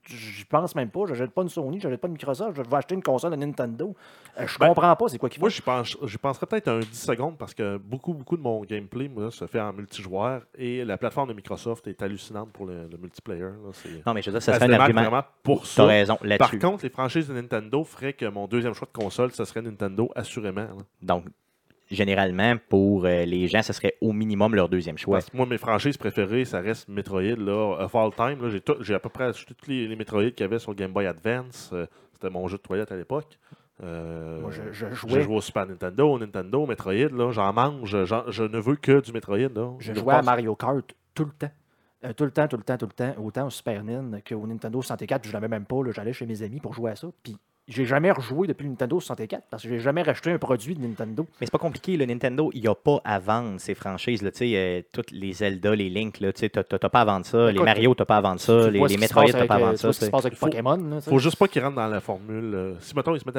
je pense même pas. Je n'achète pas une Sony, je n'achète pas une Microsoft, je vais acheter une console de Nintendo. Je comprends pas c'est quoi qu'ils font. Moi, j'y penserais peut-être un 10 secondes parce que beaucoup de mon gameplay moi, se fait en multijoueur et la plateforme de Microsoft est hallucinante pour le multiplayer. Là. Non, mais je veux dire, ça Elle serait se un démarque argument. vraiment pour Tu ça. as raison là-dessus. Par contre, les franchises de Nintendo feraient que mon deuxième choix de console, ce serait Nintendo, assurément. Là. Donc, généralement, pour les gens, ce serait au minimum leur deuxième choix. Parce que moi, mes franchises préférées, ça reste Metroid. Là, of all time, là, j'ai à peu près acheté tous les Metroid qu'il y avait sur le Game Boy Advance. C'était mon jeu de toilette à l'époque. Moi, je J'ai jouais. joué au Super Nintendo, Metroid. Là, j'en mange. Je ne veux que du Metroid. Là. Je jouais à Mario Kart tout le temps. Tout le temps. Autant au Super Nintendo qu'au Nintendo 64. Je ne l'avais même pas. Là, j'allais chez mes amis pour jouer à ça. Puis j'ai jamais rejoué depuis le Nintendo 64 parce que j'ai jamais racheté un produit de Nintendo. Mais c'est pas compliqué. Le Nintendo, il n'y a pas à vendre ces franchises. Là, toutes les Zelda, les Link, tu n'as pas à vendre ça. Écoute, les Mario, tu n'as pas à vendre ça. Les Metroid, tu n'as pas à vendre ça. C'est ce qui se passe avec Pokémon. Là, Faut juste pas qu'ils rentrent dans la formule. Si, mettons, ils se mettent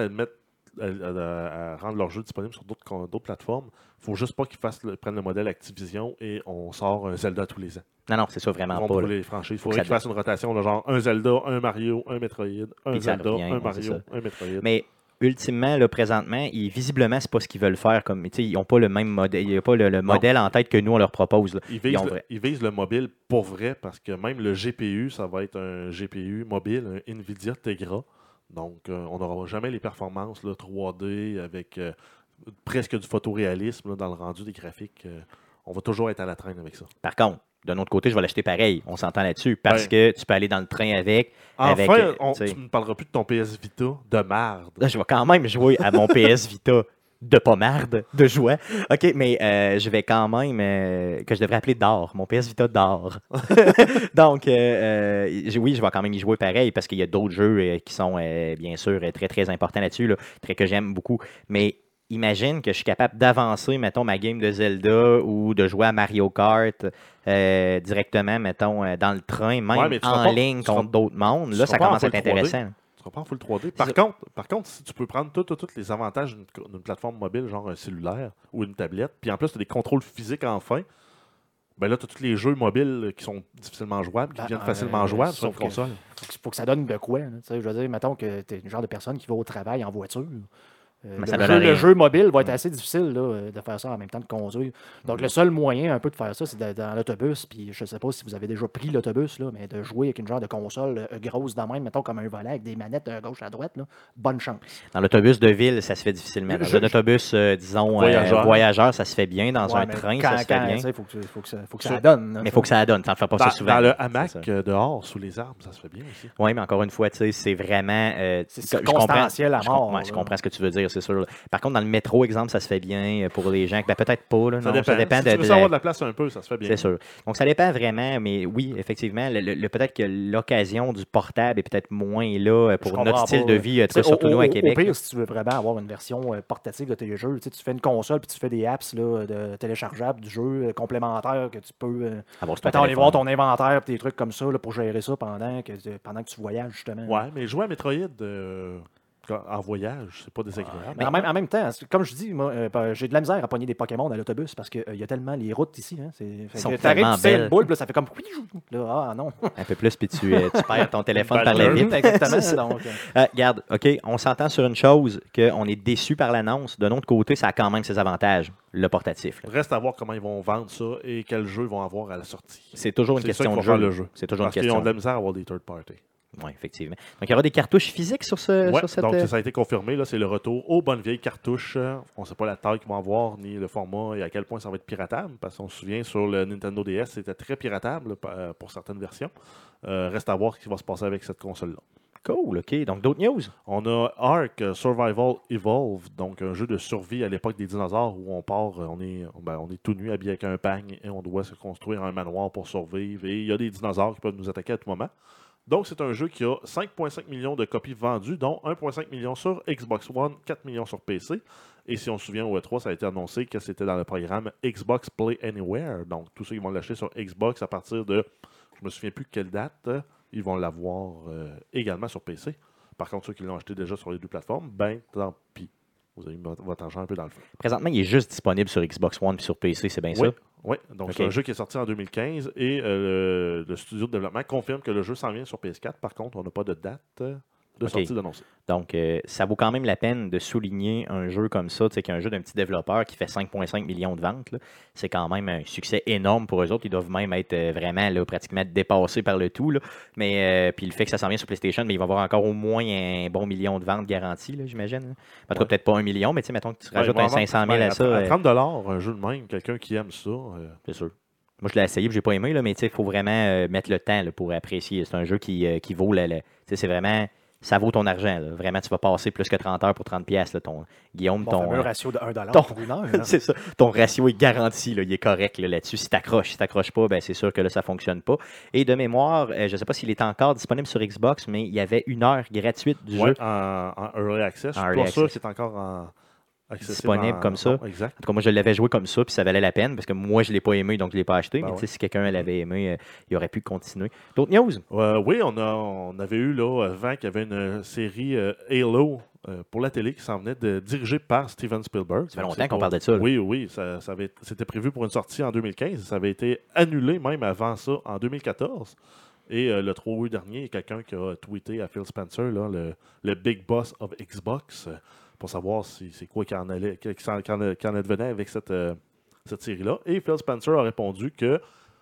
à rendre leur jeu disponible sur d'autres plateformes, faut juste pas qu'ils prennent le modèle Activision et on sort un Zelda tous les ans. Non, c'est ça vraiment Ils vont pas. pour Là. les franchises. Il faudrait qu'ils fassent une rotation, là, genre un Zelda, un Mario, un Metroid, un Puis ça Zelda, revient, un ouais, c'est Mario, ça. un Metroid. Mais ultimement, là, présentement, visiblement, c'est pas ce qu'ils veulent faire. Ils n'ont pas le même modèle. Il n'y a pas le modèle en tête que nous, on leur propose. Là. Ils visent le mobile pour vrai parce que même le GPU, ça va être un GPU mobile, un NVIDIA Tegra. Donc, on n'aura jamais les performances là, 3D avec presque du photoréalisme là, dans le rendu des graphiques. On va toujours être à la traîne avec ça. Par contre, d'un autre côté, je vais l'acheter pareil. On s'entend là-dessus. Parce que tu peux aller dans le train avec. Enfin, tu ne me parleras plus de ton PS Vita de marde. Là, je vais quand même jouer à mon PS Vita de pas marde, de joie. OK, mais je vais quand même, que je devrais appeler d'or, mon PS Vita d'or. Donc, oui, je vais quand même y jouer pareil parce qu'il y a d'autres jeux qui sont, bien sûr, très, très importants là-dessus, là, que j'aime beaucoup. Mais imagine que je suis capable d'avancer, mettons, ma game de Zelda ou de jouer à Mario Kart directement, mettons, dans le train, même en ligne contre d'autres mondes. Là, ça commence à être intéressant. Tu seras pas en full 3D. Par contre, si tu peux prendre tous les avantages d'une plateforme mobile, genre un cellulaire ou une tablette, puis en plus, tu as des contrôles physiques enfin, ben là, tu as tous les jeux mobiles qui sont difficilement jouables, qui deviennent facilement jouables sur une console. Faut que ça donne de quoi. Là, je veux dire, mettons que tu es le genre de personne qui va au travail en voiture. Le jeu mobile va être assez difficile là, de faire ça en même temps de conduire. Donc, le seul moyen un peu de faire ça, c'est dans l'autobus. Puis, je ne sais pas si vous avez déjà pris l'autobus, là, mais de jouer avec une genre de console grosse de même, mettons comme un volet avec des manettes de gauche à droite. Là, bonne chance. Dans l'autobus de ville, ça se fait difficilement. Dans un autobus, disons, voyageur, ça se fait bien. Dans un train, ça se fait bien. Il faut que ça donne. Mais il faut que ça donne. Tu ne fais pas ça souvent. Dans le hamac dehors, sous les arbres, ça se fait bien aussi. Oui, mais encore une fois, c'est vraiment... c'est circonstanciel à mort. Je comprends ce que tu veux dire, c'est sûr. Par contre, dans le métro, exemple, ça se fait bien pour les gens. Peut-être pas. Là, ça dépend. Si tu veux savoir de la place un peu, ça se fait bien. C'est sûr. Donc, ça dépend vraiment. Mais oui, effectivement, peut-être que l'occasion du portable est peut-être moins là pour notre style de vie, surtout nous à Québec. Au pire, si tu veux vraiment avoir une version portative de tes jeux, tu fais une console puis tu fais des apps là, de téléchargeables du jeu complémentaires que tu peux aller voir ton inventaire et des trucs comme ça là, pour gérer ça pendant que tu voyages, justement. Ouais, mais jouer à Metroid... en voyage, c'est pas désagréable. Mais en même temps, comme je dis, moi, j'ai de la misère à pogner des Pokémon à l'autobus parce qu'il y a tellement les routes ici. Hein, tellement belles. Une boule, là, ça fait comme là, non. Un peu plus, puis tu perds ton téléphone par la vitre. Exactement. Regarde, OK, on s'entend sur une chose, qu'on est déçu par l'annonce. D'un autre côté, ça a quand même ses avantages, le portatif. Là. Reste à voir comment ils vont vendre ça et quels jeux ils vont avoir à la sortie. C'est toujours une question de jeu. C'est toujours une question. Parce qu'ils ont de la misère à avoir des third party. Oui, effectivement. Donc, il y aura des cartouches physiques sur cette... Donc, ça a été confirmé. Là, c'est le retour aux bonnes vieilles cartouches. On ne sait pas la taille qu'ils vont avoir, ni le format, et à quel point ça va être piratable. Parce qu'on se souvient, sur le Nintendo DS, c'était très piratable pour certaines versions. Reste à voir ce qui va se passer avec cette console-là. Cool, OK. Donc, d'autres news? On a Ark Survival Evolved, donc un jeu de survie à l'époque des dinosaures où on part, on est tout nu, habillé avec un pagne, et on doit se construire un manoir pour survivre. Et il y a des dinosaures qui peuvent nous attaquer à tout moment. Donc, c'est un jeu qui a 5,5 millions de copies vendues, dont 1,5 million sur Xbox One, 4 millions sur PC. Et si on se souvient, au E3, ça a été annoncé que c'était dans le programme Xbox Play Anywhere. Donc, tous ceux qui vont l'acheter sur Xbox à partir de, je me souviens plus quelle date, ils vont l'avoir également sur PC. Par contre, ceux qui l'ont acheté déjà sur les deux plateformes, ben, tant pis. Vous avez mis votre argent un peu dans le feu. Présentement, il est juste disponible sur Xbox One et sur PC, c'est bien ça? Oui, donc Ok. c'est un jeu qui est sorti en 2015 et le studio de développement confirme que le jeu s'en vient sur PS4. Par contre, on n'a pas de date de Ok. sortie d'annoncer. Donc, ça vaut quand même la peine de souligner un jeu comme ça, tu sais, qu'un jeu d'un petit développeur qui fait 5,5 millions de ventes, là, c'est quand même un succès énorme pour eux autres. Ils doivent même être vraiment là, pratiquement dépassés par le tout. Là. Mais puis le fait que ça s'en vient sur PlayStation, mais il va y avoir encore au moins un bon million de ventes garanties, là, j'imagine. Là. En tout cas, Ouais. peut-être pas 1 million, mais tu sais, mettons que tu rajoutes Ouais, un 500 000 à ça. À 30$, un jeu de même, quelqu'un qui aime ça. C'est sûr. Moi, je l'ai essayé et je n'ai pas aimé, là, mais il faut vraiment mettre le temps là, pour apprécier. C'est un jeu qui vaut tu sais, c'est vraiment. Ça vaut ton argent. Là. Vraiment, tu vas passer plus que 30 heures pour 30$. Là, Guillaume, Mon ton. fameux ratio de 1$ ton- pour une heure. Là. C'est ça. Ton ratio est garanti. Là, il est correct là, là-dessus. Si tu accroches. Si tu n'accroches pas, ben, c'est sûr que là, ça ne fonctionne pas. Et de mémoire, je ne sais pas s'il est encore disponible sur Xbox, mais il y avait 1 heure gratuite du jeu. En Early Access. Je En suis Early pas sûr Access. que c'est encore accessible Disponible comme ça. Non, exact. En tout cas, moi, je l'avais joué comme ça, puis ça valait la peine, parce que moi, je ne l'ai pas aimé, donc je ne l'ai pas acheté. Ben mais ouais. tu sais, si quelqu'un l'avait aimé, il aurait pu continuer. D'autres news? Oui, on avait eu là, avant qu'il y avait une série Halo pour la télé qui s'en venait dirigée par Steven Spielberg. Ça fait longtemps qu'on parle de ça. Là. Oui, c'était prévu pour une sortie en 2015. Ça avait été annulé même avant ça en 2014. Et le 3 août dernier, il y a quelqu'un qui a tweeté à Phil Spencer, là, le big boss of Xbox, pour savoir c'est quoi qui en advenait avec cette série-là. Et Phil Spencer a répondu que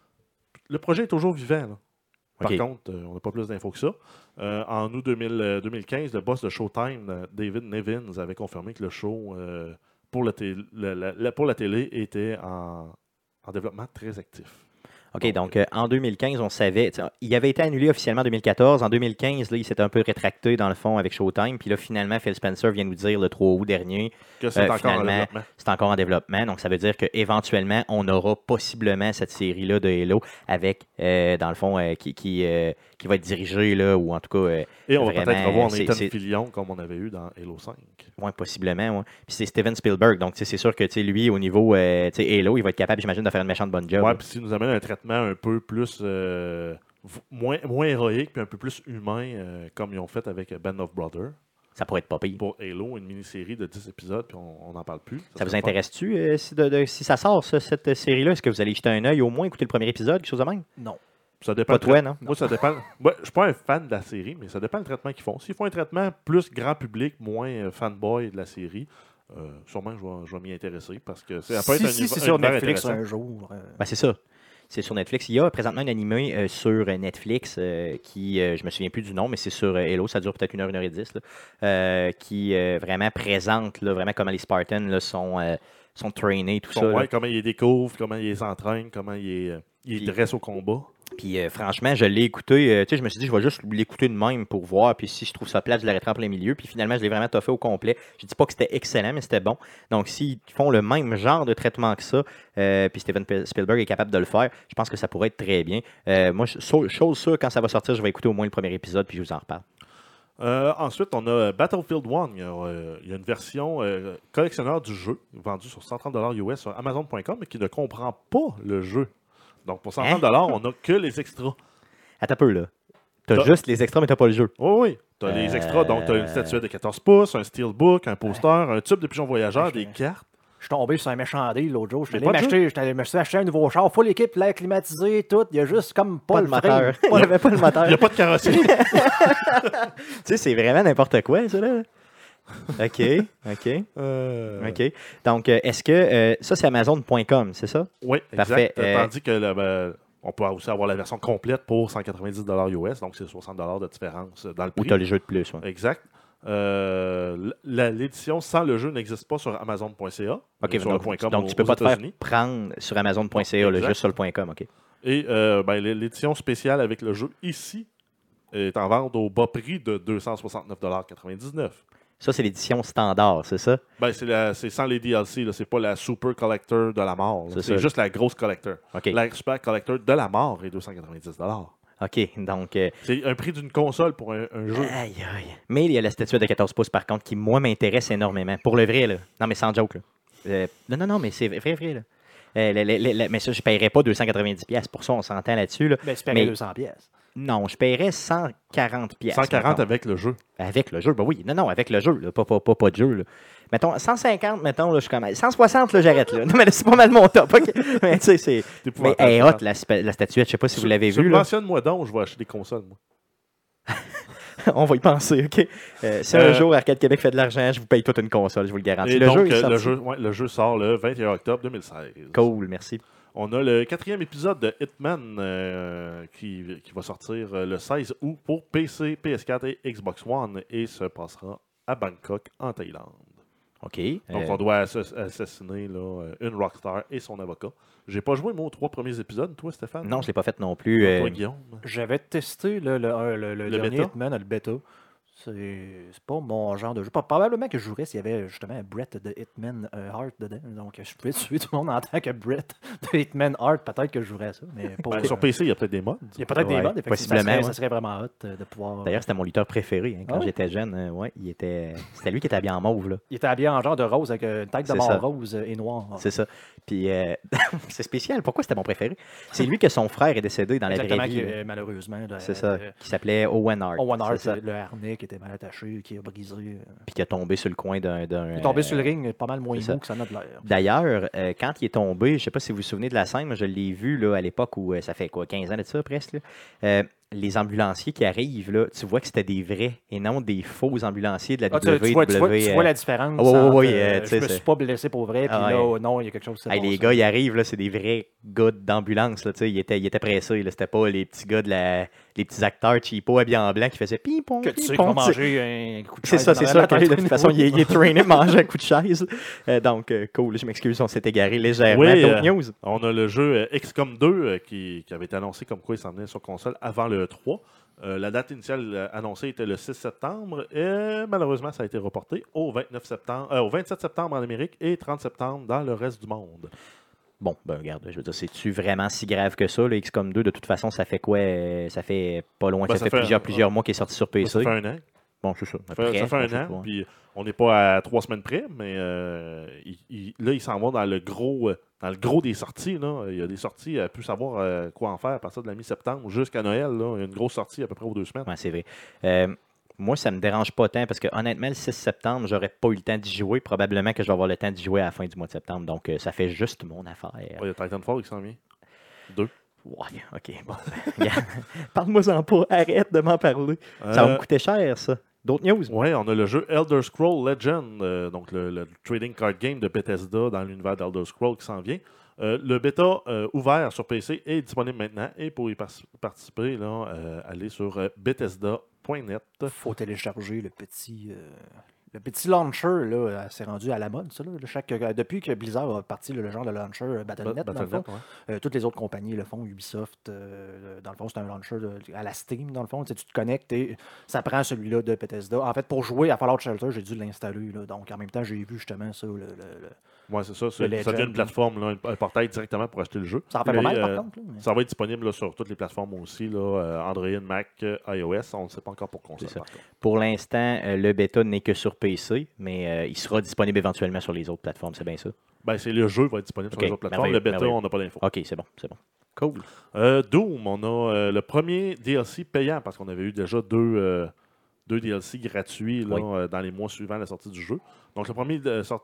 le projet est toujours vivant. Là. Par OK. contre, on n'a pas plus d'infos que ça. En août 2015, le boss de Showtime, David Nevins, avait confirmé que le show pour la télé était en développement très actif. OK, donc en 2015, on savait. Il avait été annulé officiellement en 2014. En 2015, là, il s'était un peu rétracté dans le fond avec Showtime. Puis là, finalement, Phil Spencer vient nous dire le 3 août dernier, Que c'est encore en finalement, développement. c'est encore en développement. Donc, ça veut dire qu'éventuellement, on aura possiblement cette série-là de Halo avec, dans le fond, qui va être dirigée, là, ou en tout cas. Et on va vraiment, peut-être revoir c'est- Nathan c'est- Fillion comme on avait eu dans Halo 5. Oui, possiblement. Ouais. Puis c'est Steven Spielberg. Donc, tu sais, c'est sûr que tu sais, lui, au niveau tu sais, Halo, il va être capable, j'imagine, de faire une méchante bonne job. Ouais, puis s'il nous amène un traitement un peu plus moins héroïque puis un peu plus humain, comme ils ont fait avec Band of Brothers. Ça pourrait être pas pire. Pour Halo, une mini-série de 10 épisodes, puis on n'en parle plus. Ça vous serait le fun. intéresse-tu si ça sort, cette série-là? Est-ce que vous allez jeter un œil, au moins écouter le premier épisode, quelque chose de même? Non. Ça dépend. Pas toi, non? Moi, ça dépend. Moi, je suis pas un fan de la série, mais ça dépend du traitement qu'ils font. S'ils font un traitement plus grand public, moins fanboy de la série, sûrement je vais m'y intéresser parce que ça peut être un Si c'est un sur univers Netflix intéressant. un jour. Ben, c'est ça. C'est sur Netflix. Il y a présentement un animé sur Netflix qui, je me souviens plus du nom, mais c'est sur Halo, ça dure peut-être 1h10, là, qui vraiment présente là, vraiment comment les Spartans là, sont trainés, tout ça. là. Ouais, comment ils les découvrent, comment ils les entraînent, comment ils Puis- dressent au combat. Puis franchement, je l'ai écouté. Tu sais, je me suis dit, je vais juste l'écouter de même pour voir. Puis si je trouve ça plate, je l'arrêterai en plein milieu. Puis finalement, je l'ai vraiment toffé au complet. Je dis pas que c'était excellent, mais c'était bon. Donc, s'ils font le même genre de traitement que ça, puis Steven Spielberg est capable de le faire, je pense que ça pourrait être très bien. Moi, chose sûre, quand ça va sortir, je vais écouter au moins le premier épisode, puis je vous en reparle. Ensuite, on a Battlefield 1. Il y a une version collectionneur du jeu vendue sur 130$ US sur Amazon.com, mais qui ne comprend pas le jeu. Donc, pour 130$, on n'a que les extras. Attends un peu, là. T'as T'as- juste les extras, mais t'as pas le jeu. Oui. Tu as les extras. Donc, tu as une statuette de 14 pouces, un steelbook, un poster, un tube de pigeon voyageur, des cartes. Je suis tombé sur un méchant deal l'autre jour. Je suis Mais pas de allé m'acheter un nouveau char. Full équipe, l'air climatisé, tout. Il y a juste comme pas, Pas le de moteur. frame. Il n'y avait pas le Il moteur. n'y a pas de carrosserie. Tu sais, c'est vraiment n'importe quoi, ça, là. OK. OK. Donc, est-ce que ça, c'est Amazon.com, c'est ça? Oui, Parfait. exact. Tandis que on peut aussi avoir la version complète pour 190$ US, donc c'est 60$ de différence dans le Ou prix. t'as les jeux de plus, ouais. Exact. L'édition sans le jeu n'existe pas sur Amazon.ca. OK, sur le .com donc tu aux peux pas te faire États-Unis. prendre sur Amazon.ca, Non, là, exact. juste sur le .com, OK. Et l'édition spéciale avec le jeu ici est en vente au bas prix de 269,99$. Ça, c'est l'édition standard, c'est ça? C'est sans les DLC, là. C'est pas la Super Collector de la mort. là. C'est C'est ça. juste la grosse Collector. OK. La Super Collector de la mort est 290$. OK, donc... C'est un prix d'une console pour un jeu. aïe, aïe. Mais il y a la statuette de 14 pouces, par contre, qui, moi, m'intéresse énormément. Pour le vrai, là. Non, mais sans joke, là. Non, mais c'est vrai, là. Mais ça, je ne paierais pas 290$ pour ça, on s'entend là-dessus. Là. Ben, tu Mais- payes 200 pièces. Non, je paierais 140 pièces. 140 avec le jeu. Avec le jeu, ben oui. Non, avec le jeu, là, pas de jeu. Là. Mettons, 150, mettons, là, je suis comme... 160, là, j'arrête, là. Non, mais là, c'est pas mal mon top, OK? Mais tu sais, c'est... Mais elle est hot, la statuette. Je sais pas si vous l'avez vue, là. Mentionne-moi donc, je vais acheter des consoles, moi. On va y penser, OK? Si un jour Arcade Québec fait de l'argent, je vous paye toute une console, je vous le garantis. Et le donc, jeu est sorti. le jeu sort le 21 octobre 2016. Cool, merci. On a le 4e épisode de Hitman qui va sortir le 16 août pour PC, PS4 et Xbox One et se passera à Bangkok, en Thaïlande. OK. Donc, on doit assassiner là, une rockstar et son avocat. J'ai pas joué, moi, aux 3 premiers épisodes. Toi, Stéphane? Non, je l'ai pas fait non plus. Toi, Guillaume? J'avais testé le dernier bêta? Hitman, le bêta. C'est pas mon genre de jeu. Probablement que je jouerais s'il y avait justement un Brett de Hitman Heart dedans. Donc, je pouvais tuer tout le monde en tant que Brett de Hitman Heart. Peut-être que je jouerais ça. Mais pas, Sur PC, il y a peut-être des mods. il y a peut-être des mods. possiblement, Ça serait vraiment hot de pouvoir. D'ailleurs, c'était mon lutteur préféré quand Ah ouais? j'étais jeune. C'était lui qui était habillé en mauve. Là. Il était habillé en genre de rose avec une tête de C'est mort ça. rose et noire. C'est ça. Puis, c'est spécial. Pourquoi c'était mon préféré? C'est lui que son frère est décédé dans la Exactement, vraie vie. qui, malheureusement. C'est ça. Qui s'appelait Owen Hart. Owen Hart, C'est ça. le harnais qui était mal attaché, qui a brisé. Puis qui a tombé sur le coin d'un... Il est tombé sur le ring pas mal moins c'est ça. mou que ça n'a de l'air. D'ailleurs, quand il est tombé, je ne sais pas si vous vous souvenez de la scène, moi je l'ai vu là, à l'époque où ça fait quoi, 15 ans de ça presque. Là. Les ambulanciers qui arrivent, là, tu vois que c'était des vrais et non des faux ambulanciers de la WWE. Tu vois la différence. Je me suis pas blessé pour vrai, puis là, non, il y a quelque chose qui s'est les gars, ils arrivent, là, c'est des vrais gars d'ambulance. Là, ils étaient pressés. C'était pas les petits gars les petits acteurs cheapo habillés en blanc qui faisaient ping-pong. Que tu sais qu'ils vont manger un coup de chaise. C'est ça. De toute façon, il est trainé pour manger un coup de chaise. Donc, cool, je m'excuse, on s'est égaré légèrement. Oui, D'autres news? On a le jeu XCOM 2 qui avait été annoncé comme quoi il s'en venait sur console avant le 3. La date initiale annoncée était le 6 septembre et malheureusement, ça a été reporté au 27 septembre en Amérique et 30 septembre dans le reste du monde. Bon, ben regarde, je veux dire, c'est-tu vraiment si grave que ça, le XCOM 2? De toute façon, ça fait quoi? Ça fait pas loin, ça fait plusieurs mois qu'il est sorti sur PC. Ça fait un an. Bon, c'est ça. Ça fait un an, puis on n'est pas à 3 semaines près, mais là, il s'en va dans le gros des sorties. Là. Il y a des sorties, à plus savoir quoi en faire à partir de la mi-septembre jusqu'à Noël. Là. Il y a une grosse sortie à peu près aux 2 semaines. Ouais, c'est vrai. Moi, ça me dérange pas tant parce que honnêtement, le 6 septembre, j'aurais pas eu le temps d'y jouer. Probablement que je vais avoir le temps d'y jouer à la fin du mois de septembre. Donc, ça fait juste mon affaire. Il y a Titanfall qui s'en vient. 2. Ouais, ok, bon. Parle-moi-en pas. Arrête de m'en parler. Ça va me coûter cher, ça. D'autres news? Oui, on a le jeu Elder Scrolls Legend, donc le trading card game de Bethesda dans l'univers d'Elder Scrolls qui s'en vient. Le bêta ouvert sur PC est disponible maintenant et pour y participer, là, allez sur Bethesda.net. Il faut télécharger le petit launcher, là, c'est rendu à la mode, ça. Là. Depuis que Blizzard a parti le genre de launcher Battle.net, dans le fond, toutes les autres compagnies le font. Ubisoft, dans le fond, c'est un launcher à la Steam, dans le fond. Tu te connectes et ça prend celui-là de Bethesda. En fait, pour jouer à Fallout Shelter, j'ai dû l'installer. Là. Donc, en même temps, j'ai vu justement ça. Oui, c'est ça. Ça devient une plateforme, là, un portail directement pour acheter le jeu. Ça en fait pas mal, par contre. Là, mais... Ça va être disponible là, sur toutes les plateformes aussi. Là, Android, Mac, iOS. On ne sait pas encore pour console. Pour l'instant, le bêta n'est que sur PC, mais il sera disponible éventuellement sur les autres plateformes. C'est bien ça? Ben, c'est le jeu va être disponible sur les autres plateformes. Le bêta, on n'a pas d'infos. OK, c'est bon. Cool. Doom, on a le premier DLC payant parce qu'on avait eu déjà deux DLC gratuits là, dans les mois suivant la sortie du jeu. Donc, le premier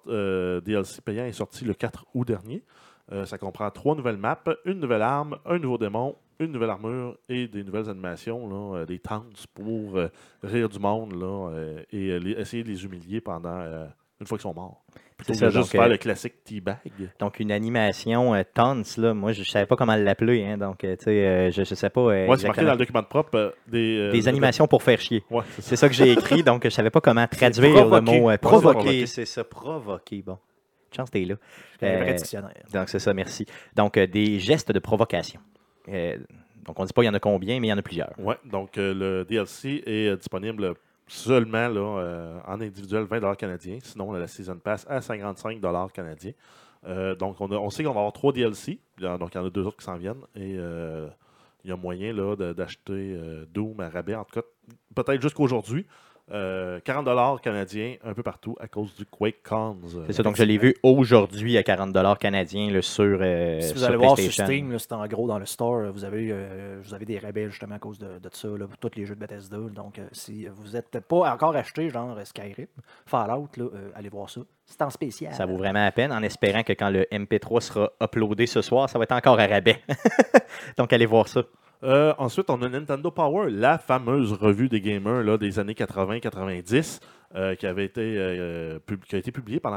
DLC payant est sorti le 4 août dernier. Ça comprend 3 nouvelles maps, une nouvelle arme, un nouveau démon, une nouvelle armure et des nouvelles animations, là, des tanks pour rire du monde là, et essayer de les humilier pendant une fois qu'ils sont morts. Plutôt que juste faire le classique teabag. Donc, une animation taunts, là, moi, je ne savais pas comment l'appeler. Hein, donc, tu sais, je ne sais pas. Moi, c'est marqué dans le document de propre des animations pour faire chier. Ouais, c'est ça que j'ai écrit, donc je ne savais pas comment traduire le mot provoquer. C'est ça, provoquer. Bon, chance t'es là. Un vrai dictionnaire. Donc, c'est ça, merci. Donc, des gestes de provocation. Donc, on ne dit pas il y en a combien, mais il y en a plusieurs. Oui, donc le DLC est disponible seulement là, en individuel 20$ canadiens. Sinon, on a la Season Pass à 55$ canadiens. Donc, on sait qu'on va avoir 3 DLC. Donc, il y en a 2 autres qui s'en viennent. Et il y a moyen là, d'acheter Doom à rabais. En tout cas, peut-être jusqu'aujourd'hui. $40 canadiens un peu partout à cause du QuakeCons. C'est ça, donc je l'ai vu aujourd'hui à $40 canadiens là, sur Si vous sur allez voir sur PlayStation. Steam, là, c'est en gros dans le store, vous avez des rabais justement à cause de ça, là, pour tous les jeux de Bethesda. Donc, si vous n'êtes pas encore acheté, genre Skyrim, Fallout, là, allez voir ça. C'est en spécial. Ça vaut vraiment la peine, en espérant que quand le MP3 sera uploadé ce soir, ça va être encore à rabais. Donc, allez voir ça. Ensuite, on a Nintendo Power, la fameuse revue des gamers là, des années 80-90, qui a été publiée pendant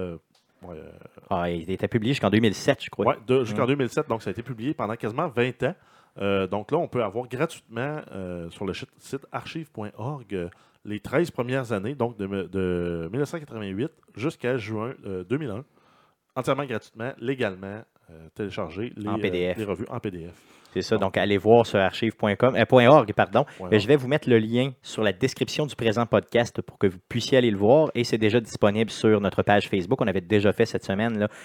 Il était publié jusqu'en 2007, je crois. Ouais, jusqu'en 2007, donc ça a été publié pendant quasiment 20 ans. Donc là, on peut avoir gratuitement sur le site archive.org les 13 premières années, donc de 1988 jusqu'à juin 2001, entièrement gratuitement, légalement, télécharger En PDF. les revues en PDF. C'est ça, donc allez voir sur archive.org, pardon. Ouais. Je vais vous mettre le lien sur la description du présent podcast pour que vous puissiez aller le voir et c'est déjà disponible sur notre page Facebook. On avait déjà fait cette semaine là,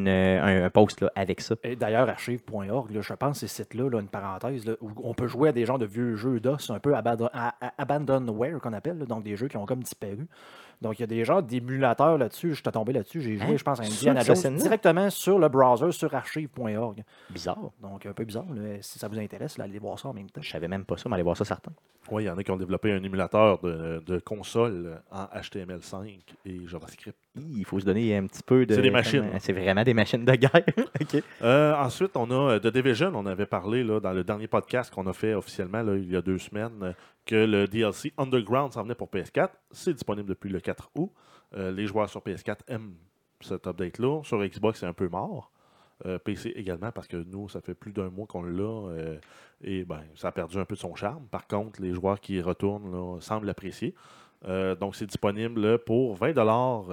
un post là, avec ça. Et d'ailleurs, archive.org, je pense que ces sites-là, une parenthèse, là, où on peut jouer à des genres de vieux jeux d'os, un peu abandonware qu'on appelle, là, donc des jeux qui ont comme disparu. Donc, il y a des genres d'émulateurs là-dessus. Je suis tombé là-dessus. J'ai joué, je pense, à Indiana Jones directement sur le browser, sur archive.org. Bizarre. Donc, un peu bizarre. Là. Si ça vous intéresse, là, allez voir ça en même temps. Je savais même pas ça, mais allez voir ça, certain. Oui, il y en a qui ont développé un émulateur de console en HTML5 et JavaScript. Il faut se donner un petit peu de... C'est des machines. C'est vraiment des machines de guerre. OK. Ensuite, on a The Division. On avait parlé là, dans le dernier podcast qu'on a fait officiellement là, il y a 2 semaines que le DLC Underground s'en venait pour PS4. C'est disponible depuis le 4 août. Les joueurs sur PS4 aiment cet update-là. Sur Xbox, c'est un peu mort. PC également, parce que nous, ça fait plus d'un mois qu'on l'a et ça a perdu un peu de son charme. Par contre, les joueurs qui y retournent là, semblent l'apprécier. Donc, c'est disponible là, pour $20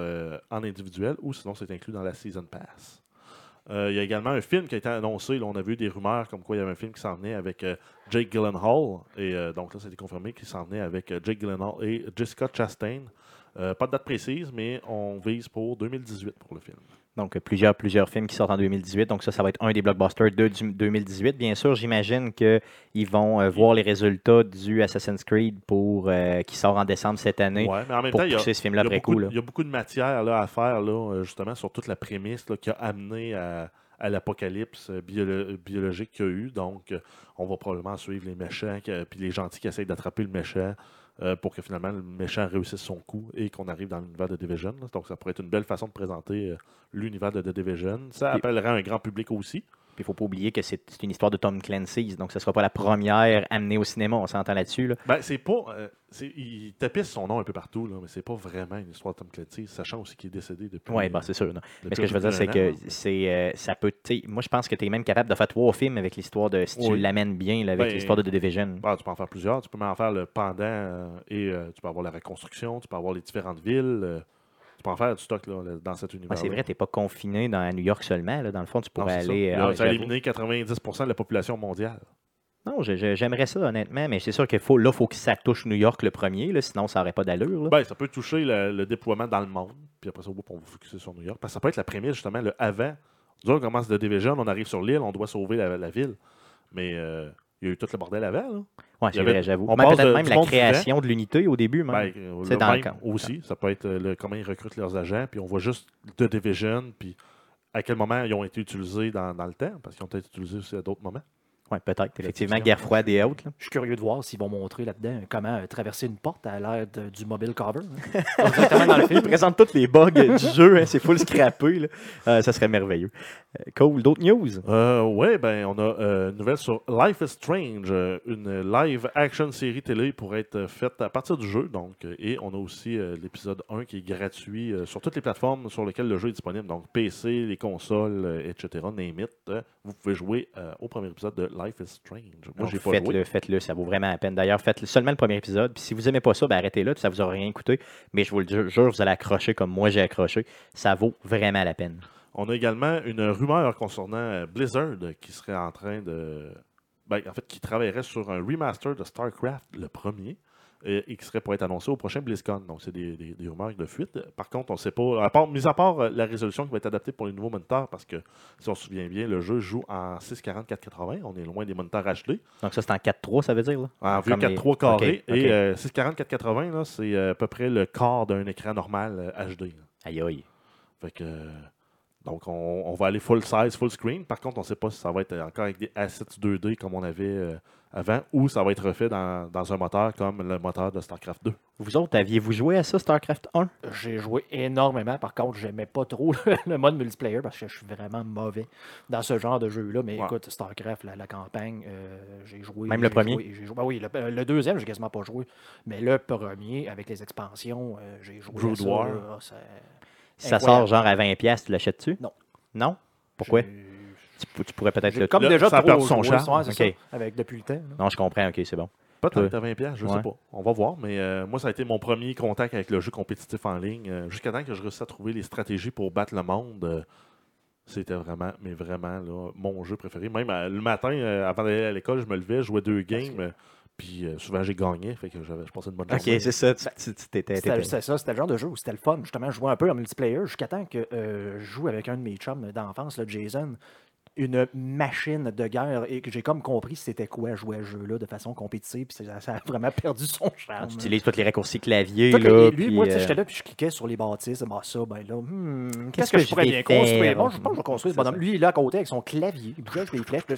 en individuel ou sinon, c'est inclus dans la Season Pass. Il y a également un film qui a été annoncé. Là, on a vu des rumeurs comme quoi il y avait un film qui s'en venait avec Jake Gyllenhaal. Et donc là, ça a été confirmé qu'il s'en venait avec Jake Gyllenhaal et Jessica Chastain. Pas de date précise, mais on vise pour 2018 pour le film. Donc, plusieurs films qui sortent en 2018. Donc, ça va être un des blockbusters de 2018. Bien sûr, j'imagine qu'ils vont voir les résultats du Assassin's Creed qui sort en décembre cette année. Ouais, mais en même pour temps, pousser ce film-là après coup. Il y a beaucoup de matière là, à faire, là, justement, sur toute la prémisse là, qui a amené à l'apocalypse biologique qu'il y a eu. Donc, on va probablement suivre les méchants puis les gentils qui essayent d'attraper le méchant. Pour que finalement le méchant réussisse son coup et qu'on arrive dans l'univers de The Division. Là. Donc, ça pourrait être une belle façon de présenter l'univers de The Division. Ça appellerait un grand public aussi. Puis il ne faut pas oublier que c'est une histoire de Tom Clancy's, donc ce ne sera pas la première amenée au cinéma, on s'entend là-dessus. Là. C'est pas. Il tapisse son nom un peu partout, là, mais c'est pas vraiment une histoire de Tom Clancy, sachant aussi qu'il est décédé depuis. Oui, c'est sûr. Non. Mais ce que je veux dire, c'est que ça peut. Moi, je pense que tu es même capable de faire 3 films avec l'histoire de. Si tu l'amènes bien là, avec l'histoire de The Division. Tu peux en faire plusieurs. Tu peux même en faire le pendant et tu peux avoir la reconstruction, tu peux avoir les différentes villes. Tu peux en faire du stock là, dans cet univers. C'est vrai, tu n'es pas confiné à New York seulement. Là. Dans le fond, tu pourrais aller. Ça a éliminé 90% de la population mondiale. Non, j'aimerais ça, honnêtement, mais c'est sûr qu'il faut que ça touche New York le premier, là, sinon ça n'aurait pas d'allure. Ça peut toucher le déploiement dans le monde, puis après ça, on va focuser sur New York. Parce que ça peut être la prémisse, justement, le avant. On commence The Division, on arrive sur l'île, on doit sauver la ville. Mais il y a eu tout le bordel avant. Là. Oui, c'est vrai, j'avoue. On peut-être même la création de l'unité au début. Même. C'est dans le camp. Aussi, ça peut être comment ils recrutent leurs agents, puis on voit juste The Division, puis à quel moment ils ont été utilisés dans le temps, parce qu'ils ont été utilisés aussi à d'autres moments. Oui, peut-être. Effectivement, guerre froide et autres. Je suis curieux de voir s'ils vont montrer là-dedans comment traverser une porte à l'aide du mobile cover. Exactement dans le film. Ils présentent tous les bugs du jeu. C'est full scrappé. Ça serait merveilleux. Cool. D'autres news? Oui, on a une nouvelle sur Life is Strange, une live action série télé pour être faite à partir du jeu. Donc, et on a aussi l'épisode 1 qui est gratuit sur toutes les plateformes sur lesquelles le jeu est disponible. Donc, PC, les consoles, etc. Name it. Vous pouvez jouer au premier épisode de Life is Strange. Moi, j'ai pas joué. Faites-le, ça vaut vraiment la peine. D'ailleurs, faites seulement le premier épisode. Puis si vous n'aimez pas ça, arrêtez-le, puis ça vous aura rien coûté. Mais je vous le jure, vous allez accrocher comme moi j'ai accroché. Ça vaut vraiment la peine. On a également une rumeur concernant Blizzard qui serait en train de... qui travaillerait sur un remaster de StarCraft, le premier. et qui serait pour être annoncé au prochain BlizzCon. Donc, c'est des rumeurs de fuite. Par contre, on ne sait pas, mis à part la résolution qui va être adaptée pour les nouveaux moniteurs, parce que, si on se souvient bien, le jeu joue en 640-480. On est loin des moniteurs HD. Donc ça, c'est en 4.3, ça veut dire? Là? En vieux 4.3 carré. Ok. Et 640-480, là, c'est à peu près le quart d'un écran normal HD. Là. Aïe, aïe. Fait que... Donc, on va aller full size, full screen. Par contre, on ne sait pas si ça va être encore avec des assets 2D comme on avait avant ou ça va être refait dans un moteur comme le moteur de StarCraft 2. Vous autres, aviez-vous joué à ça, StarCraft 1? J'ai joué énormément. Par contre, j'aimais pas trop le mode multiplayer parce que je suis vraiment mauvais dans ce genre de jeu-là. Mais écoute, StarCraft, la campagne, j'ai joué. Même le premier? Oui, le deuxième, j'ai quasiment pas joué. Mais le premier, avec les expansions, j'ai joué Brood à ça. War. Là, Si ça incroyable. sort genre à 20$, tu l'achètes-tu? Non. Non? Pourquoi? Tu pourrais peut-être J'ai le... comme Là, déjà ça a trop perdu son joué, charme. c'est Ok. ça, depuis le temps. là. Non, je comprends. OK, c'est bon. Peut-être à 20$, je Ouais. sais pas. On va voir. Mais moi, ça a été mon premier contact avec le jeu compétitif en ligne. Jusqu'à temps que je réussisse à trouver les stratégies pour battre le monde. C'était vraiment, mais vraiment, là, mon jeu préféré. Même le matin, avant d'aller à l'école, je me levais, je jouais 2 games. Puis souvent, j'ai gagné. Fait que je passais une bonne OK, journée. c'est ça. C'était ça, c'était le genre de jeu où c'était le fun. Justement, je jouais un peu en multiplayer jusqu'à temps que je joue avec un de mes chums d'enfance, Jason, une machine de guerre et que j'ai comme compris c'était quoi jouer à ce jeu-là de façon compétitive. Puis ça a vraiment perdu son charme. Tu utilises tous les raccourcis clavier. Toutes Là, lui, puis, moi, j'étais là puis je cliquais sur les bâtisses. Ça, ben là, qu'est-ce que que je je pourrais vais bien faire? construire? Bon, je pense que je vais construire C'est le bonhomme. Lui, il est là à côté avec son clavier. Il bougeait avec les flèches.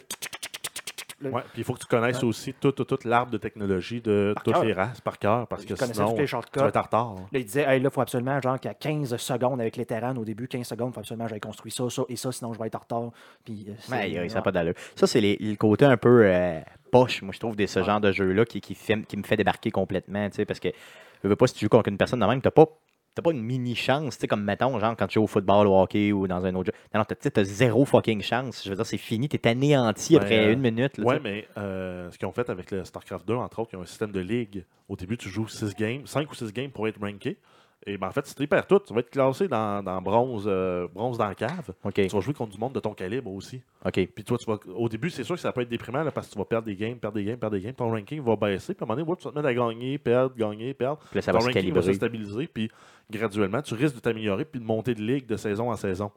Ouais, puis il faut que tu connaisses aussi toute l'arbre de technologie de Par toutes cœur. les races par cœur, parce Je que connaissais sinon, tous les tu shortcuts. vas être en retard. Hein. Là, il disait, hey, là, il faut absolument, genre, qu'à 15 secondes avec les terrains au début, 15 secondes, il faut absolument que j'aille construire ça et ça, sinon je vais être en retard. Puis, ça n'a pas d'allure. Ça, c'est le côté un peu poche, moi, je trouve, de ce genre de jeu-là qui me fait débarquer complètement, tu sais, parce que je veux pas, si tu joues contre une personne de même, t'as pas une mini-chance, tu sais, comme mettons, genre quand tu joues au football, au hockey ou dans un autre jeu. Non, t'as zéro fucking chance. Je veux dire, c'est fini, t'es anéanti après une minute. Là, ouais, mais ce qu'ils ont fait avec le StarCraft 2, entre autres, ils ont un système de ligue. Au début, tu joues 5 ou 6 games pour être ranké. Et ben, en fait, si tu perds tout, tu vas être classé dans bronze dans la cave. OK. Tu vas jouer contre du monde de ton calibre aussi. OK. Puis toi, au début, c'est sûr que ça peut être déprimant là, parce que tu vas perdre des games. Ton ranking va baisser. Puis à un moment donné, tu vas te mettre à gagner, perdre. Puis là, ça Ton va se ranking va calibrer. se stabiliser. Puis graduellement, tu risques de t'améliorer puis de monter de ligue de saison en saison.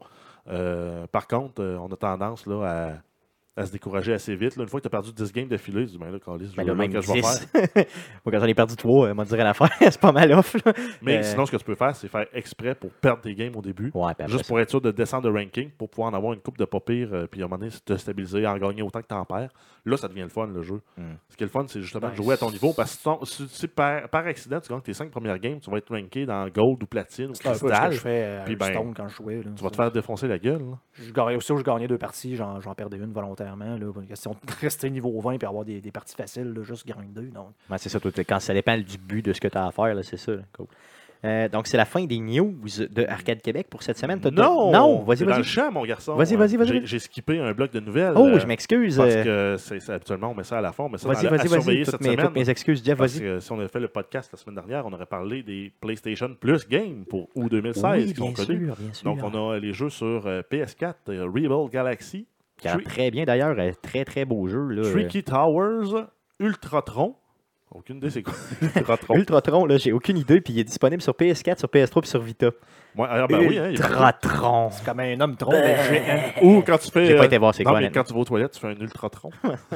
Par contre, on a tendance là, à se décourager assez vite. Là, une fois que tu as perdu 10 games d'affilée, tu dis, ben là, Carlis, je Ben vais là, voir même ce que je vais 10. faire. Moi, quand j'en ai perdu 3, on m'a dit l'affaire, c'est pas mal off. Là. Mais sinon, ce que tu peux faire, c'est faire exprès pour perdre tes games au début. Ouais, puis après Juste ça. pour être sûr de descendre de ranking, pour pouvoir en avoir une coupe de pas pire, puis à un moment donné, te stabiliser, en gagner autant que tu en perds. Là, ça devient le fun, le jeu. Ce qui est le fun, c'est justement de jouer à ton niveau. Parce que si par accident, tu gagnes tes 5 premières games, tu vas être ranké dans Gold ou Platine ou c'est un peu ce que Cristal. je fais à Puis ben, Hearthstone quand je jouais. Là, Tu vas te faire défoncer la gueule. Là. Je gagnais aussi, je gagnais 2 parties, j'en perdais une volontairement. Là, pour une question de rester niveau 20 et avoir des parties faciles, là, juste gagner 2. Donc. Ouais, c'est ça, quand ça dépend du but de ce que tu as à faire, là, c'est ça. Là. Cool. Donc, c'est la fin des news de Arcade Québec pour cette semaine. Non, vas-y, c'est dans le vas-y. champ, mon garçon. Vas-y. J'ai skippé un bloc de nouvelles. Oh, je m'excuse. Parce que habituellement, on met ça à la fin. On met ça à surveiller cette semaine. Toutes mes excuses, Jeff, Parce vas-y. que si on avait fait le podcast la semaine dernière, on aurait parlé des PlayStation Plus Games pour août 2016 Oui, qui sont bien connus. sûr, bien sûr. Donc, on a les jeux sur PS4, Rebel Galaxy, Qui a l'air très bien d'ailleurs, très très beau jeu. Là. Tricky Towers, Ultratron. Aucune idée c'est quoi Ultratron. Ultratron, là, j'ai aucune idée, puis il est disponible sur PS4, sur PS3 puis sur Vita. Ouais, oui, hein, il est partout. Ultratron. C'est comme un homme tronc géant. Ou quand tu fais. J'ai pas été voir c'est non, quoi. mais quand tu vas aux toilettes, tu fais un Ultratron.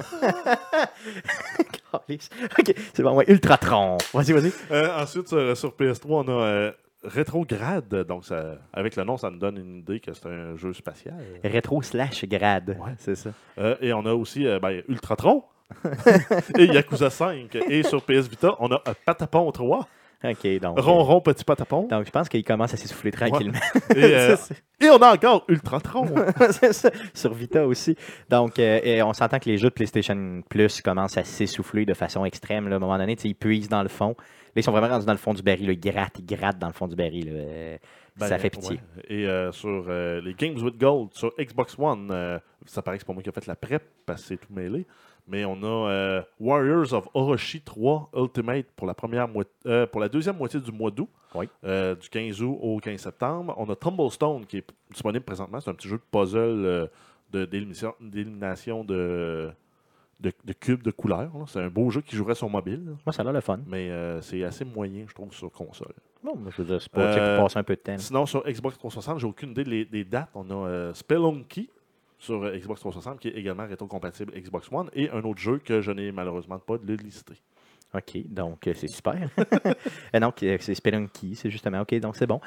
Ok, c'est bon, ouais, Ultratron. Vas-y. Ensuite, sur PS3, on a Retrograde. Donc, avec le nom, ça nous donne une idée que c'est un jeu spatial. Rétro/grade. Ouais. C'est ça. Et on a aussi Ultratron et Yakuza 5. Et sur PS Vita, on a Patapon 3. Ok, donc. Ronron Petit Patapon. Donc, je pense qu'il commence à s'essouffler tranquillement. Et on a encore Ultratron. C'est ça. Sur Vita aussi. Donc, et on s'entend que les jeux de PlayStation Plus commencent à s'essouffler de façon extrême. Là. À un moment donné, ils puisent dans le fond. Là, ils sont vraiment rendus dans le fond du baril. Là. Ils grattent dans le fond du baril. Ça fait pitié. Ouais. Et sur les Games with Gold, sur Xbox One, ça paraît que c'est pas moi qui ai fait la prep parce que c'est tout mêlé. Mais on a Warriors of Orochi 3 Ultimate pour la deuxième moitié du mois d'août, Oui. du 15 août au 15 septembre. On a Tumblestone qui est disponible présentement. C'est un petit jeu de puzzle d'élimination de de cubes de couleurs. Là. C'est un beau jeu qui jouerait sur mobile. Là. Moi, ça a l'air le fun. Mais c'est assez moyen, je trouve, sur console. Bon, je veux dire, c'est pas pour passer un peu de temps. Sinon, sur Xbox 360, j'ai aucune idée des dates. On a Spelunky sur Xbox 360, qui est également rétro-compatible Xbox One, et un autre jeu que je n'ai malheureusement pas de listé. OK, donc c'est super. Donc, c'est Spelunky, c'est justement OK, donc c'est bon.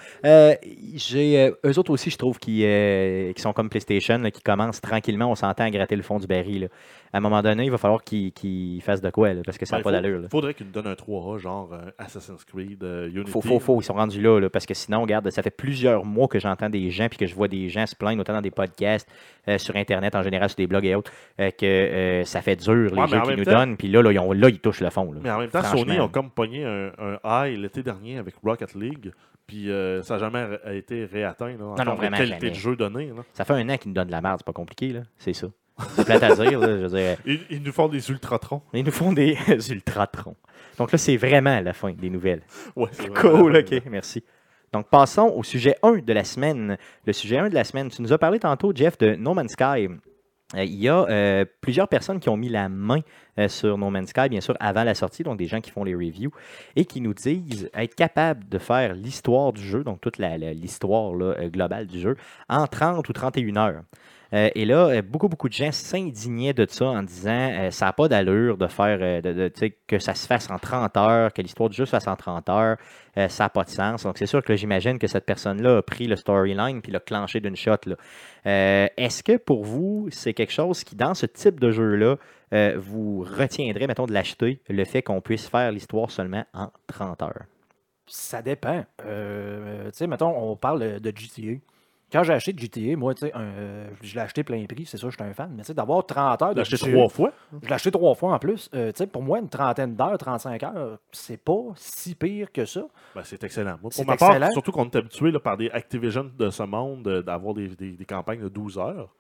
J'ai eux autres aussi, je trouve, qui sont comme PlayStation, là, qui commencent tranquillement, on s'entend à gratter le fond du baril. Là. À un moment donné, il va falloir qu'ils fassent de quoi, là, parce que ça n'a pas d'allure. Il faudrait qu'ils nous donnent un 3A, genre Assassin's Creed, Unity. Ils sont rendus là, parce que sinon, regarde, ça fait plusieurs mois que j'entends des gens, puis que je vois des gens se plaindre, autant dans des podcasts, sur Internet, en général, sur des blogs et autres, que ça fait dur, les jeux qu'ils nous donnent, puis là, ils touchent le fond. Là. Mais en même temps, Sony ont comme pogné un high l'été dernier avec Rocket League, puis ça n'a jamais été réatteint là, en termes de qualité jamais. de jeu donné. Là. Ça fait un an qu'ils nous donnent de la merde, c'est pas compliqué, là. C'est ça. C'est plate à dire, là, je veux dire. Ils nous font des ultratrons. Ils nous font des ultratrons. Donc là, c'est vraiment la fin des nouvelles. Ouais, c'est cool, OK, merci. Donc, passons au sujet 1 de la semaine. Le sujet 1 de la semaine, tu nous as parlé tantôt, Jeff, de No Man's Sky. Il y a plusieurs personnes qui ont mis la main sur No Man's Sky, bien sûr, avant la sortie, donc des gens qui font les reviews, et qui nous disent être capables de faire l'histoire du jeu, donc toute l'histoire globale du jeu, en 30 ou 31 heures. Et là, beaucoup de gens s'indignaient de ça en disant ça n'a pas d'allure de faire que ça se fasse en 30 heures, que l'histoire du jeu se fasse en 30 heures. Ça n'a pas de sens. Donc, c'est sûr que j'imagine que cette personne-là a pris le storyline puis l'a clenché d'une shot. Est-ce que pour vous, c'est quelque chose qui, dans ce type de jeu-là, vous retiendrait, mettons, de l'acheter, le fait qu'on puisse faire l'histoire seulement en 30 heures? Ça dépend. Mettons, on parle de GTA. Quand j'ai acheté GTA, moi, je l'ai acheté plein prix, c'est sûr, je suis un fan, mais d'avoir 30 heures de GTA. Tu l'as acheté 3 fois? Je l'ai acheté 3 fois en plus. Pour moi, une trentaine d'heures, 35 heures, c'est pas si pire que ça. Ben, c'est excellent. Moi, c'est pour ma part, excellent. surtout qu'on est habitué là, par des Activision de ce monde d'avoir des campagnes de 12 heures.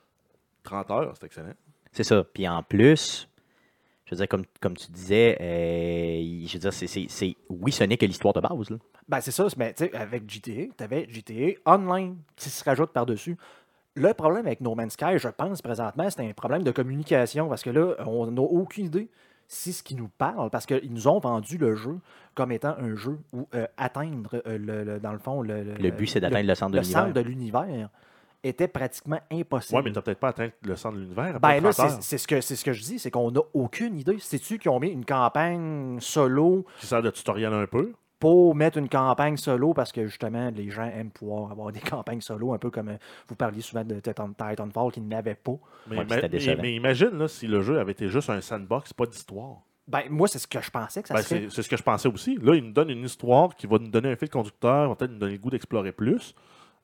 30 heures, c'est excellent. C'est ça. Puis en plus, je veux dire, comme tu disais, je veux dire, oui, ce n'est que l'histoire de base. Là. Ben, c'est ça, mais avec GTA, tu avais GTA Online qui se rajoute par-dessus. Le problème avec No Man's Sky, je pense présentement, c'est un problème de communication parce que là, on n'a aucune idée si ce qui nous parle, parce qu'ils nous ont vendu le jeu comme étant un jeu où atteindre, dans le fond, le but, c'est d'atteindre le centre de l'univers. Le centre de l'univers était pratiquement impossible. Oui, mais tu n'as peut-être pas atteint le centre de l'univers. Ben là, c'est ce que je dis, c'est qu'on n'a aucune idée. Sais-tu qu'ils ont mis une campagne solo qui sert de tutoriel un peu pour mettre une campagne solo parce que justement, les gens aiment pouvoir avoir des campagnes solo, un peu comme vous parliez souvent de Titanfall qui n'avait pas. Mais imagine là, si le jeu avait été juste un sandbox, pas d'histoire. Ben, moi, c'est ce que je pensais que ça serait. C'est ce que je pensais aussi. Là, ils nous donnent une histoire qui va nous donner un fil conducteur, va peut-être nous donner le goût d'explorer plus.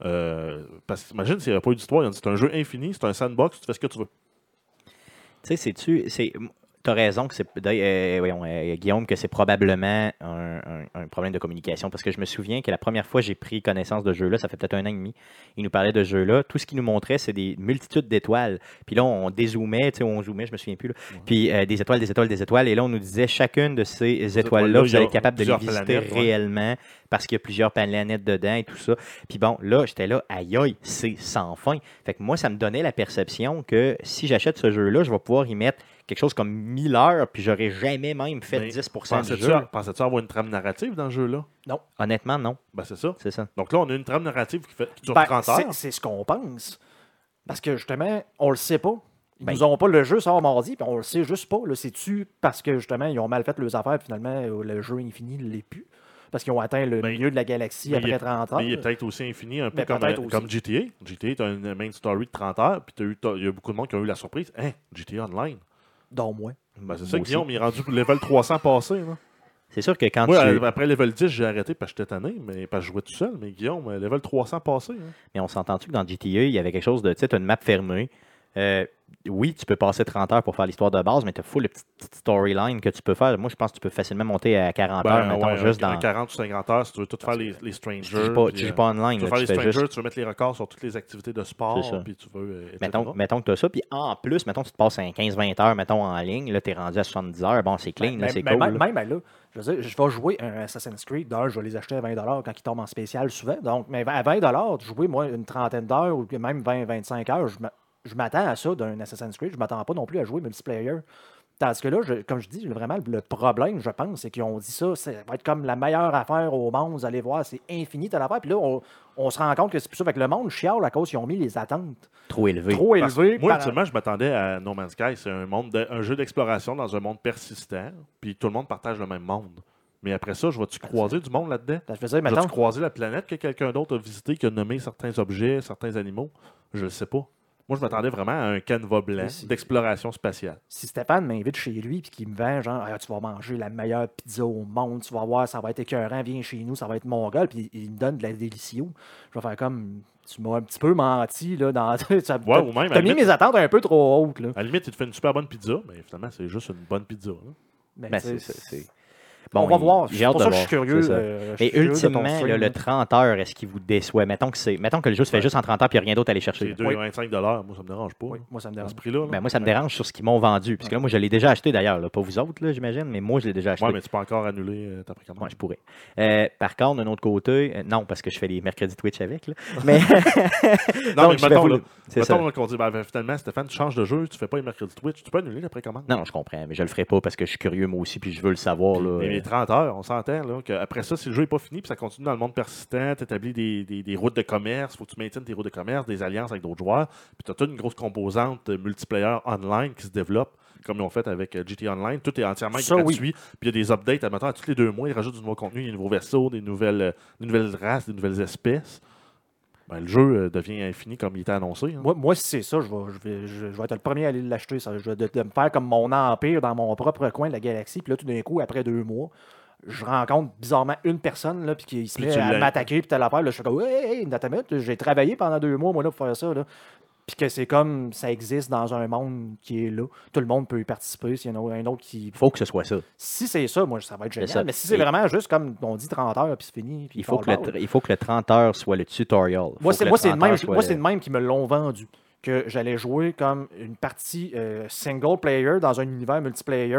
Parce qu'imagine s'il n'y avait pas eu d'histoire, ils ont dit c'est un jeu infini, c'est un sandbox, tu fais ce que tu veux. Tu sais, tu as raison que Guillaume, que c'est probablement un problème de communication. Parce que je me souviens que la première fois que j'ai pris connaissance de ce jeu-là, ça fait peut-être 1 an et demi, il nous parlait de ce jeu-là. Tout ce qu'il nous montrait, c'est des multitudes d'étoiles. Puis là, on dézoomait, on zoomait, je me souviens plus. Là. Ouais. Puis des étoiles, des étoiles, des étoiles. Et là, on nous disait chacune de ces étoiles-là, vous allez être capable de les visiter réellement. Parce qu'il y a plusieurs planètes dedans et tout ça. Puis bon, là, j'étais là, aïe, c'est sans fin. Fait que moi, ça me donnait la perception que si j'achète ce jeu-là, je vais pouvoir y mettre quelque chose comme 1000 heures, puis j'aurais jamais même fait 10% du jeu. Pensais-tu avoir une trame narrative dans ce jeu-là? Non. Honnêtement, non. Ben, c'est ça. C'est ça. Donc là, on a une trame narrative qui dure 30 heures. C'est ce qu'on pense. Parce que justement, on le sait pas. Ils nous ont pas le jeu sort mardi, puis on le sait juste pas. C'est-tu parce que justement, ils ont mal fait leurs affaires, puis finalement, le jeu infini ne l'est plus. Parce qu'ils ont atteint le milieu de la galaxie après 30 heures. Mais il est peut-être aussi infini, un peu comme GTA. GTA, tu as une main story de 30 heures, puis il y a beaucoup de monde qui ont eu la surprise. Hein, GTA Online. Dont moi. Ben, c'est ça, Guillaume, il est rendu pour le level 300 passé. Là. C'est sûr que quand après level 10, j'ai arrêté parce que j'étais tanné, mais parce que je jouais tout seul. Mais Guillaume, level 300 passé. Hein. Mais on s'entend-tu que dans GTA, il y avait quelque chose de, tu sais, tu as une map fermée. Oui, tu peux passer 30 heures pour faire l'histoire de base, mais tu as full de petites storylines que tu peux faire. Moi, je pense que tu peux facilement monter à 40 heures, mettons, juste dans... 40 ou 50 heures, si tu veux tout faire les strangers. Tu joues pas online. Tu veux faire les strangers, tu veux mettre les records sur toutes les activités de sport, puis tu veux... Mettons que tu as ça, puis en plus, mettons que tu te passes 15-20 heures, mettons, en ligne, là, tu es rendu à 70 heures, bon, c'est clean, c'est cool. Même là, je veux dire, je vais jouer un Assassin's Creed, je vais les acheter à 20$ quand ils tombent en spécial souvent, donc, mais à 20$, jouer, moi, une trentaine d'heures, ou même 20-25 heures, je m'attends à ça d'un Assassin's Creed. Je ne m'attends pas non plus à jouer multiplayer. Tandis que là, comme je dis, vraiment, le problème, je pense, c'est qu'ils ont dit ça, ça va être comme la meilleure affaire au monde. Vous allez voir, c'est infini, telle affaire. Puis là, on se rend compte que c'est plus ça. Fait que le monde chiale à cause qu'ils ont mis les attentes Trop élevé. trop élevées. Moi, actuellement, je m'attendais à No Man's Sky. C'est un jeu d'exploration dans un monde persistant. Puis tout le monde partage le même monde. Mais après ça, je vais-tu croiser du monde là-dedans? Je veux dire, Je mettons, vais-tu croiser la planète que quelqu'un d'autre a visité, qui a nommé certains objets, certains animaux? Je le sais pas. Moi, je m'attendais vraiment à un canevas blanc d'exploration spatiale. si Stéphane m'invite chez lui et qu'il me vend, genre, ah, tu vas manger la meilleure pizza au monde, tu vas voir, ça va être écœurant, viens chez nous, ça va être mongol, puis il me donne de la délicio. Je vais faire comme, tu m'as un petit peu menti, là, dans... Ou même, t'as mis mes attentes un peu trop hautes, là. À la limite, il te fait une super bonne pizza, mais finalement, c'est juste une bonne pizza. Là. Mais c'est... Bon, on va voir. J'ai C'est hâte pour de ça que voir. je suis curieux. Et ultimement, là, le 30 heures, est-ce qu'il vous déçoit? Mettons que le jeu se fait juste en 30 heures et il n'y a rien d'autre à aller chercher. C'est 2,25 $. Moi, ça me dérange pas. Oui, moi, ça me dérange. À ce prix-là. Ben, moi, ça me dérange sur ce qu'ils m'ont vendu. Parce que là, moi, je l'ai déjà acheté d'ailleurs. Là. Pas vous autres, là, j'imagine, mais moi, je l'ai déjà acheté. Oui, mais tu peux encore annuler ta précommande. Ouais, je pourrais. Par contre, d'un autre côté, non, parce que je fais les mercredis Twitch avec. Là. Mais non, donc, mais mettons, c'est ça. qu'on dit, finalement, Stéphane, tu changes de jeu, tu fais pas les mercredis Twitch, tu peux annuler la précommande. Non, je comprends, mais je le ferai pas parce que je suis curieux moi aussi puis je veux le savoir. Là. Mais les 30 heures, on s'entend là, qu'après ça, si le jeu n'est pas fini puis ça continue dans le monde persistant, tu établis des routes de commerce, il faut que tu maintiennes tes routes de commerce, des alliances avec d'autres joueurs, puis tu as toute une grosse composante multiplayer online qui se développe, comme ils ont fait avec GT Online. Tout est entièrement gratuit, puis il y a des updates, à tous les 2 mois, ils rajoutent du nouveau contenu, des nouveaux vaisseaux, des nouvelles races, des nouvelles espèces. Ben, le jeu devient infini comme il était annoncé. Hein. Moi, si c'est ça, je vais être le premier à aller l'acheter. Je vais de me faire comme mon empire dans mon propre coin de la galaxie. Puis là, tout d'un coup, après 2 mois, je rencontre bizarrement une personne là, puis qui se met à m'attaquer. Puis telle affaire. Là, je suis comme, hey, j'ai travaillé pendant 2 mois moi, là, pour faire ça. Là. Puis que c'est comme ça existe dans un monde qui est là. Tout le monde peut y participer. S'il y en a un autre qui. Il faut que ce soit ça. Si c'est ça, moi, ça va être génial. Ça. Mais si c'est vraiment juste comme on dit 30 heures, puis c'est fini. Puis il faut que le 30 heures soit le tutorial. Moi, c'est le même qui me l'ont vendu. Que j'allais jouer comme une partie single player dans un univers multiplayer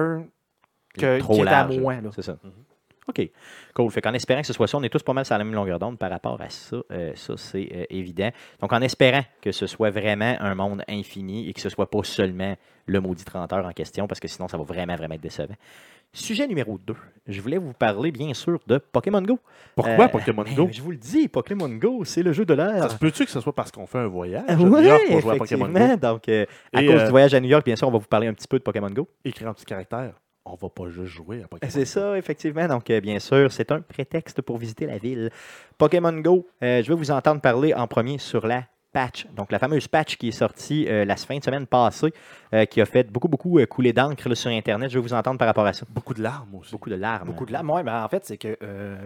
qui est à moi. C'est ça. OK. Cool. Fait qu'en espérant que ce soit ça, on est tous pas mal sur la même longueur d'onde par rapport à ça. Ça, c'est évident. Donc, en espérant que ce soit vraiment un monde infini et que ce soit pas seulement le maudit 30 heures en question, parce que sinon, ça va vraiment, vraiment être décevant. Sujet numéro 2. Je voulais vous parler, bien sûr, de Pokémon Go. Pourquoi Pokémon Go? Je vous le dis, Pokémon Go, c'est le jeu de l'heure. Ça se peut-tu que ce soit parce qu'on fait un voyage à New York pour jouer à Pokémon Go? Donc, à cause du voyage à New York, bien sûr, on va vous parler un petit peu de Pokémon Go. Écrire en petit caractère. On va pas juste jouer à Pokémon Go. C'est ça, effectivement. Donc, bien sûr, c'est un prétexte pour visiter la ville. Pokémon Go, je vais vous entendre parler en premier sur la patch. Donc, la fameuse patch qui est sortie la fin de semaine passée, qui a fait beaucoup couler d'encre sur Internet. Je vais vous entendre par rapport à ça. Beaucoup de larmes aussi. Beaucoup de larmes. Beaucoup de larmes. Oui, mais en fait, c'est que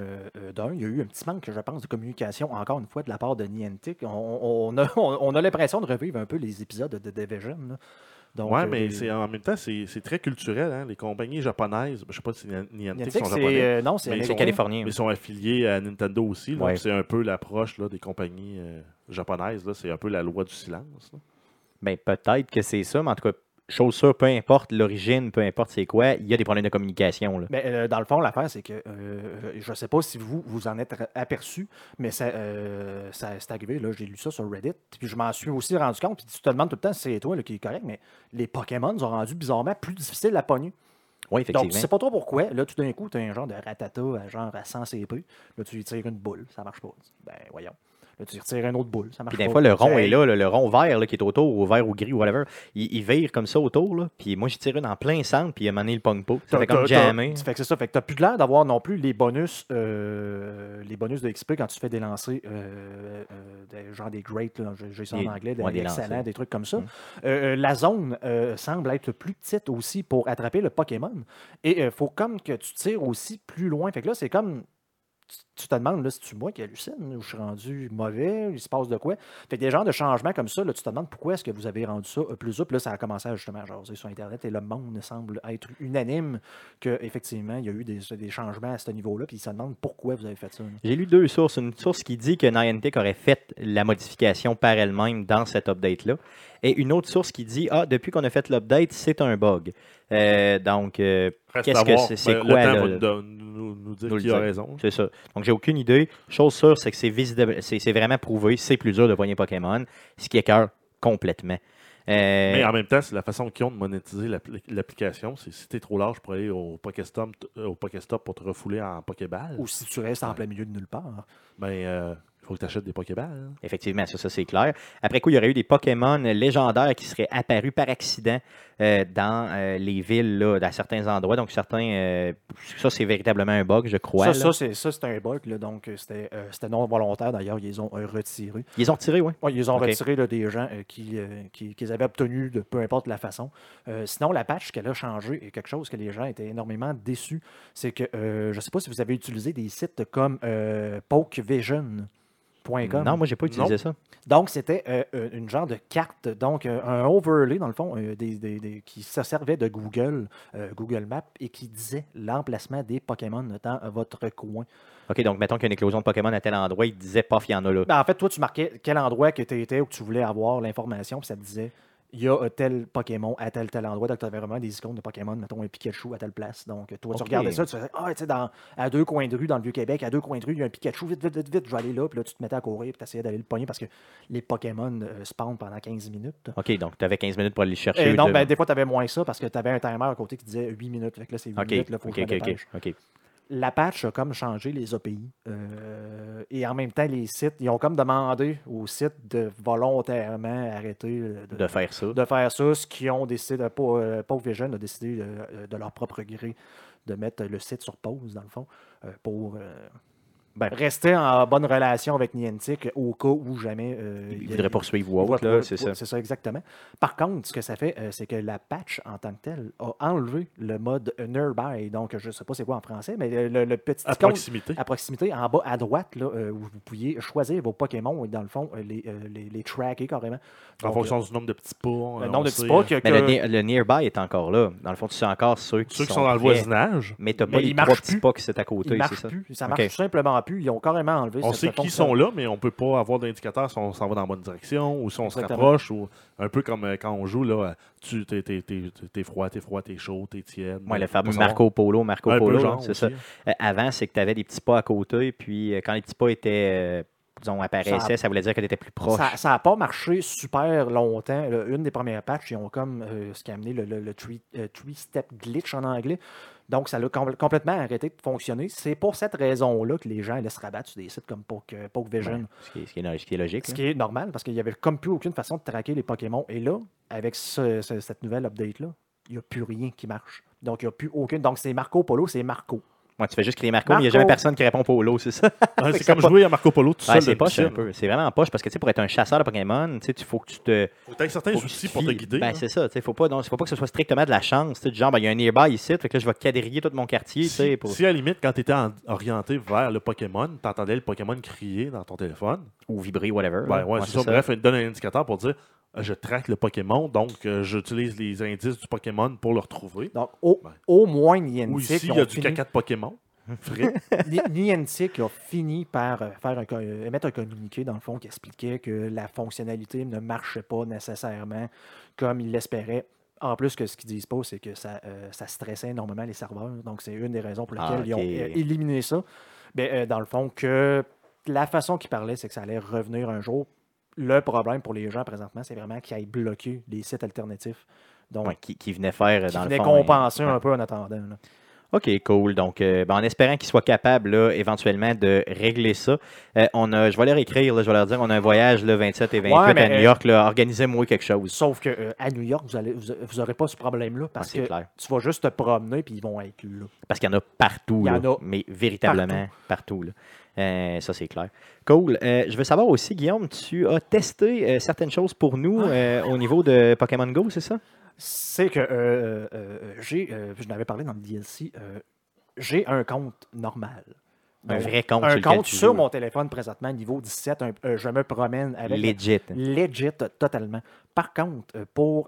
il y a eu un petit manque, je pense, de communication, encore une fois, de la part de Niantic. On a l'impression de revivre un peu les épisodes de Division. Oui, mais en même temps, c'est très culturel. Hein? Les compagnies japonaises, je ne sais pas si Niantic sont japonais. Non, c'est les Californiens. Mais ils sont affiliés à Nintendo aussi. Ouais. C'est un peu l'approche des compagnies japonaises. C'est un peu la loi du silence. Ben, peut-être que c'est ça, mais en tout cas, chose sûre, peu importe l'origine, peu importe c'est quoi, il y a des problèmes de communication. Là. Mais dans le fond, l'affaire, c'est que je ne sais pas si vous en êtes aperçu, mais ça c'est arrivé. Là, j'ai lu ça sur Reddit, puis je m'en suis aussi rendu compte. Puis tu te demandes tout le temps si c'est toi là, qui est correct, mais les Pokémon ont rendu bizarrement plus difficile à pogner. Oui, effectivement. Donc, tu sais pas trop pourquoi. Là, tout d'un coup, tu as un genre de ratata à 100 CP. Là, tu lui tires une boule. Ça marche pas. Ben, voyons. Là, tu retires une autre boule. Ça marche puis des pas. fois, le rond est là, le rond vert là, qui est autour, ou vert ou gris, ou whatever. Il vire comme ça autour. Là, puis moi, je tire une en plein centre, puis il a mané le pong pas. Ça fait comme jamais. Fait que c'est ça. Fait que tu n'as plus l'air d'avoir non plus les bonus de XP quand tu fais des lancers, genre des great, j'ai ça en anglais, des excellents, des trucs comme ça. La zone semble être plus petite aussi pour attraper le Pokémon. Et il faut comme que tu tires aussi plus loin. Fait que là, c'est comme. Tu te demandes, là, c'est-tu moi qui hallucine, ou je suis rendu mauvais, il se passe de quoi? Fait que des genres de changements comme ça, là, tu te demandes pourquoi est-ce que vous avez rendu ça plus up. Là, ça a commencé à justement jaser sur Internet et le monde semble être unanime qu'effectivement, il y a eu des changements à ce niveau-là, puis ils se demandent pourquoi vous avez fait ça. Là. J'ai lu 2 sources. Une source qui dit que Niantic aurait fait la modification par elle-même dans cet update-là. Et une autre source qui dit depuis qu'on a fait l'update, c'est un bug. Donc, qu'est-ce que c'est quoi là? Nous dire qui a raison. C'est ça. Donc, j'ai aucune idée. Chose sûre, c'est que c'est vraiment prouvé. C'est plus dur de poigner Pokémon, ce qui écœure complètement. Mais en même temps, c'est la façon qu'ils ont de monétiser l'application. C'est si tu es trop large pour aller au Pokéstop pour te refouler en Pokéball. Ou si tu restes en plein milieu de nulle part. Ben, il faut que tu achètes des Pokéballs. Hein. Effectivement, ça c'est clair. Après coup, il y aurait eu des Pokémon légendaires qui seraient apparus par accident dans les villes, là, dans certains endroits. Donc, certains. Ça, c'est véritablement un bug, je crois. Ça, c'est un bug. Là, donc, c'était non volontaire. D'ailleurs, ils les ont retirés. Ils les ont retirés, oui. Oui, ils les ont retirés là, des gens qui avaient obtenu de peu importe la façon. Sinon, la patch qu'elle a changé est quelque chose que les gens étaient énormément déçus. C'est que, je ne sais pas si vous avez utilisé des sites comme PokeVision. Non, moi, j'ai pas utilisé ça. Donc, c'était une genre de carte, donc un overlay, dans le fond, qui se servait de Google Maps, et qui disait l'emplacement des Pokémon dans votre coin. OK, donc mettons qu'il y a une éclosion de Pokémon à tel endroit, il disait, paf, il y en a là. Ben, en fait, toi, tu marquais quel endroit que tu étais ou que tu voulais avoir l'information, puis ça te disait il y a tel Pokémon à tel endroit. Donc, tu avais vraiment des icônes de Pokémon, mettons un Pikachu à telle place. Donc, toi, tu regardais ça, tu faisais tu sais, à 2 coins de rue dans le Vieux-Québec, à 2 coins de rue, il y a un Pikachu, vite, je vais aller là. Puis là, tu te mettais à courir, puis tu essayais d'aller le pogner parce que les Pokémon spawnent pendant 15 minutes. OK, donc tu avais 15 minutes pour aller le chercher. Et non, ben, des fois, tu avais moins ça parce que tu avais un timer à côté qui disait 8 minutes. Fait que là, c'est 8 minutes, il faut que je me dépêche. OK. La patch a comme changé les API. Et en même temps, les sites, ils ont comme demandé aux sites de volontairement arrêter de faire ça. De faire ça. Ce qu'ils ont décidé, PokeVision a décidé de leur propre gré de mettre le site sur pause, dans le fond, pour rester en bonne relation avec Niantic au cas où jamais... il voudrait poursuivre ou autre, là, c'est ça. C'est ça, exactement. Par contre, ce que ça fait, c'est que la patch, en tant que telle, a enlevé le mode Nearby. Donc, je ne sais pas c'est quoi en français, mais le petit à proximité. À proximité, en bas à droite, là, où vous pouviez choisir vos Pokémon et, dans le fond, les tracker carrément. Donc, en fonction du nombre de petits pas. Le nombre de petits pas. Mais le Nearby est encore là. Dans le fond, tu sais encore ceux qui sont dans le voisinage. Mais tu n'as pas les 3 petits pas qui sont à côté. C'est ça? Ça marche tout simplement plus. Ils ont carrément enlevé on sait qu'ils sont là, mais on ne peut pas avoir d'indicateur si on s'en va dans la bonne direction ou si on se rapproche. Ou un peu comme quand on joue, là, t'es froid, t'es chaud, t'es tiède. Oui, le fameux Marco Polo, c'est ça. Avant, c'est que tu avais des petits pas à côté, puis quand les petits pas étaient... apparaissaient, ça voulait dire que tu étais plus proche. Ça n'a pas marché super longtemps. Une des premières patches, ils ont comme ce qui a amené le three-step glitch en anglais. Donc, ça l'a complètement arrêté de fonctionner. C'est pour cette raison-là que les gens laissent rabattre sur des sites comme PokeVision. Ouais, ce qui est logique. Ce qui est normal, parce qu'il n'y avait comme plus aucune façon de traquer les Pokémon. Et là, avec cette nouvelle update-là, il n'y a plus rien qui marche. Donc, il n'y a plus aucune... Donc, c'est Marco Polo, c'est Marco. Ouais, tu fais juste créer Marco, mais il n'y a jamais personne qui répond Polo, c'est ça? C'est comme jouer à Marco Polo tout seul. C'est poche un peu. C'est vraiment poche parce que pour être un chasseur de Pokémon, il faut que tu te. Faut que tu aies certains outils pour te guider. C'est ça. Il ne faut pas que ce soit strictement de la chance. Du genre, il y a un nearby ici, fait que là, je vais quadriller tout mon quartier. Si à la limite, quand tu étais orienté vers le Pokémon, tu entendais le Pokémon crier dans ton téléphone. Ou vibrer, whatever. C'est ça. Bref, il te donne un indicateur pour dire je traque le Pokémon, donc j'utilise les indices du Pokémon pour le retrouver. Donc, au moins, Niantic. Ou ici, il y a du caca de Pokémon. Niantic a fini par émettre un communiqué, dans le fond, qui expliquait que la fonctionnalité ne marchait pas nécessairement comme il l'espérait. En plus, que ce qu'ils disent pas, c'est que ça stressait énormément les serveurs. Donc, c'est une des raisons pour lesquelles ils ont éliminé ça. Mais dans le fond, que la façon qu'ils parlaient, c'est que ça allait revenir un jour. Le problème pour les gens présentement, c'est vraiment qu'ils aillent bloquer les sites alternatifs. Donc, qui venaient faire, dans le fond... compenser un peu en attendant. Là. OK, cool. Donc, en espérant qu'ils soient capables, là, éventuellement, de régler ça, je vais leur écrire, je vais leur dire, on a un voyage le 27 et 28 à New York, organisez-moi quelque chose. Sauf qu'à New York, vous n'aurez pas ce problème-là parce que tu vas juste te promener et ils vont être là. Parce qu'il y en a partout, mais véritablement partout. Là. Ça, c'est clair. Cool. Je veux savoir aussi, Guillaume, tu as testé certaines choses pour nous au niveau de Pokémon Go, c'est ça? C'est que je n'avais parlé dans le DLC, j'ai un compte normal. Un vrai compte. Un compte sur mon téléphone présentement, niveau 17. Je me promène avec... Legit, totalement. Par contre, pour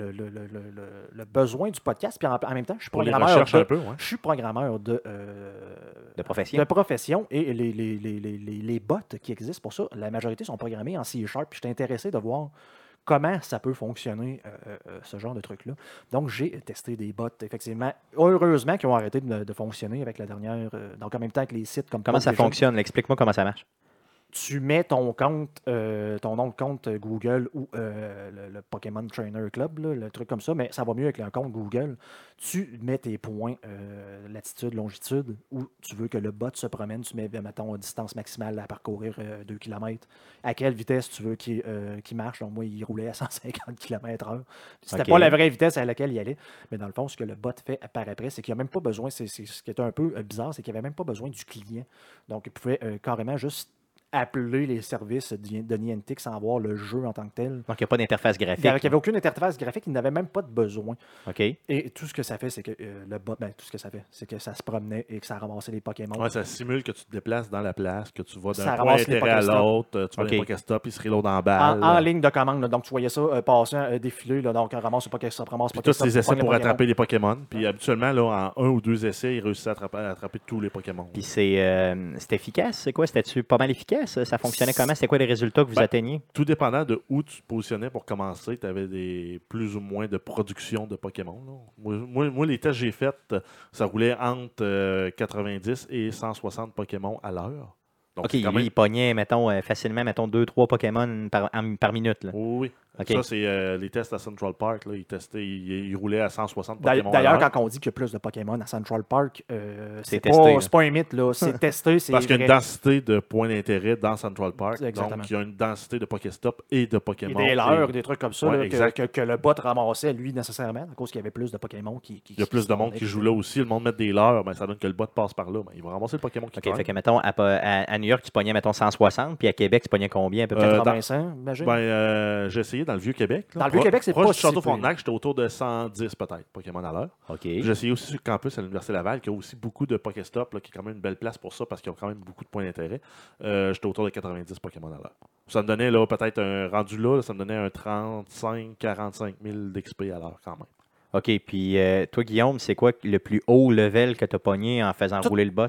le besoin du podcast, puis en même temps, je suis programmeur de profession. De profession et les bots qui existent pour ça, la majorité sont programmés en C#. Puis je suis intéressé de voir comment ça peut fonctionner, ce genre de truc-là. Donc, j'ai testé des bots, effectivement, heureusement, qui ont arrêté de fonctionner avec la dernière... donc, en même temps que les sites comme... Comment ça fonctionne? Explique-moi comment ça marche. tu mets ton compte, ton nom de compte Google ou le Pokémon Trainer Club, là, le truc comme ça, mais ça va mieux avec un compte Google. Tu mets tes points latitude, longitude, où tu veux que le bot se promène, tu mets, mettons, distance maximale à parcourir 2 km. À quelle vitesse tu veux qu'il marche. Donc, moi, il roulait à 150 km/h. C'était pas la vraie vitesse à laquelle il allait. Mais dans le fond, ce que le bot fait par après, c'est qu'il n'y a même pas besoin, c'est ce qui est un peu bizarre, c'est qu'il n'y avait même pas besoin du client. Donc, il pouvait carrément juste appeler les services de Niantic sans avoir le jeu en tant que tel. Donc, il n'y a pas d'interface graphique. Il n'y avait aucune interface graphique, il n'avait même pas de besoin. OK. Et tout ce que ça fait, c'est que le bot, tout ce que ça fait, c'est que ça se promenait et que ça ramassait les Pokémon. Ouais, ça simule que tu te déplaces dans la place, que tu vas d'un Ça point ramasse les intérêt à Pokéstops. l'autre, tu vois les Pokéstops, ils se reloadent en balle. En ligne de commande, là. Donc tu voyais ça passer, défiler, là, donc on ramasse le Pokéstop, ramasse Puis Pokéstop. tous ces essais pour Pokémon. attraper les Pokémon. Puis habituellement, là, en 1 ou 2 essais, ils réussissent à attraper tous les Pokémon. Puis c'est efficace, c'est quoi? C'était-tu pas mal efficace? Ça fonctionnait comment? C'était quoi les résultats que vous atteigniez? Tout dépendant de où tu te positionnais pour commencer, tu avais plus ou moins de production de Pokémon. Là. Moi, les tests que j'ai faits, ça roulait entre 90 et 160 Pokémon à l'heure. Donc, OK, lui, il pognait, mettons, facilement, mettons, 2-3 Pokémon par minute. Là. Oui. Okay. Ça, c'est les tests à Central Park. Là, il roulait à 160 Pokémon. D'ailleurs, quand on dit qu'il y a plus de Pokémon à Central Park, c'est testé. pas un mythe, là. C'est testé. Parce qu'il y a une densité de points d'intérêt dans Central Park. Exactement. Donc, il y a une densité de Pokéstop et de Pokémon. Et des leurres, des trucs comme ça, Ouais, là, que le bot ramassait, lui, nécessairement, à cause qu'il y avait plus de Pokémon qui il y a plus de monde qui joue là aussi. Le monde met des leurres, ben, ça donne que le bot passe par là. Ben, il va ramasser le Pokémon qui fait que, mettons, à New York, tu pognais, mettons, 160, puis à Québec, tu pognais combien à peu près? 85, imagine. J'ai essayé dans le Vieux-Québec. Dans le Vieux-Québec, c'est pas du si Château pire. Frontenac, j'étais autour de 110 peut-être Pokémon à l'heure. OK. J'ai essayé aussi sur le campus à l'Université Laval, qui a aussi beaucoup de Pokéstop, là, qui est quand même une belle place pour ça, parce qu'ils ont quand même beaucoup de points d'intérêt. J'étais autour de 90 Pokémon à l'heure. Ça me donnait là peut-être un rendu là, ça me donnait un 35-45 000 d'XP à l'heure quand même. OK, puis toi, Guillaume, c'est quoi le plus haut level que tu as pogné en faisant rouler le bot?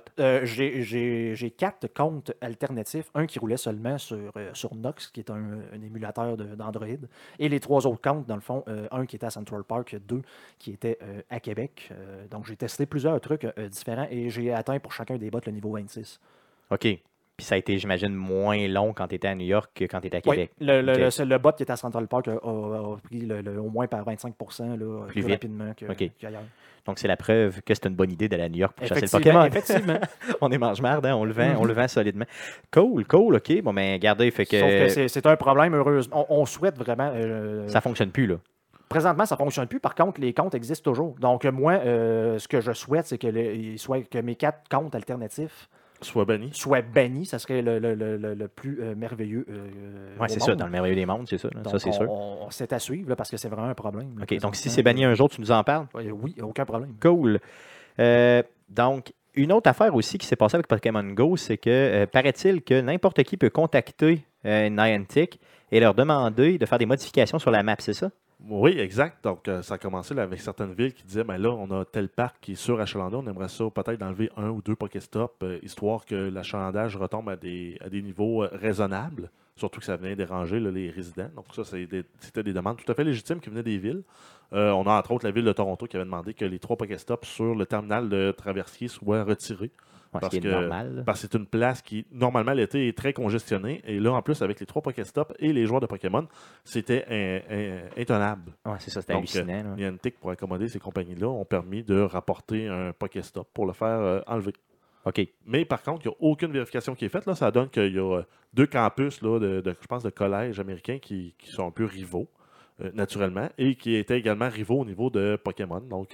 J'ai 4 comptes alternatifs. Un qui roulait seulement sur Nox, qui est un émulateur d'Android. Et les 3 autres comptes, dans le fond, un qui était à Central Park, 2 qui était à Québec. Donc, j'ai testé plusieurs trucs différents et j'ai atteint pour chacun des bots le niveau 26. OK. Puis ça a été, j'imagine, moins long quand tu étais à New York que quand tu étais à Québec. Oui, le bot qui était à Central Park a pris au moins par 25% là, plus rapidement qu'ailleurs. Donc, c'est la preuve que c'est une bonne idée d'aller à New York pour chasser le Pokémon. Effectivement. On est mange-marde, hein? On le vend solidement. Cool, OK. Bon, ben, regardez, fait que... Sauf que c'est un problème, heureusement. On souhaite vraiment... Ça fonctionne plus, là. Présentement, ça ne fonctionne plus. Par contre, les comptes existent toujours. Donc, moi, ce que je souhaite, c'est que mes 4 comptes alternatifs soit banni, ça serait le plus merveilleux. Oui, c'est ça, dans le merveilleux des mondes, c'est ça. Donc, ça, c'est sûr. C'est à suivre là, parce que c'est vraiment un problème. Là, OK, donc si c'est banni un jour, tu nous en parles? Oui, aucun problème. Cool. Donc, une autre affaire aussi qui s'est passée avec Pokémon Go, c'est que paraît-il que n'importe qui peut contacter Niantic et leur demander de faire des modifications sur la map, c'est ça? Oui, exact. Donc, ça a commencé là, avec certaines villes qui disaient, ben là, on a tel parc qui est surachalandé, on aimerait ça peut-être enlever 1 ou 2 Pokéstops, histoire que l'achalandage retombe à des niveaux raisonnables, surtout que ça venait déranger là, les résidents. Donc, ça, c'était des demandes tout à fait légitimes qui venaient des villes. On a entre autres la ville de Toronto qui avait demandé que les 3 Pokéstops sur le terminal de traversier soient retirés. Parce que c'est une place qui, normalement, l'été est très congestionnée. Et là, en plus, avec les 3 Pokéstops et les joueurs de Pokémon, c'était intenable. Oui, c'est ça, c'était hallucinant. Niantic, pour accommoder ces compagnies-là, ont permis de rapporter un Pokéstop pour le faire enlever. OK. Mais par contre, il n'y a aucune vérification qui est faite. Là, ça donne qu'il y a 2 campus, là, je pense, de collèges américains qui sont un peu rivaux. Naturellement, et qui étaient également rivaux au niveau de Pokémon. Donc,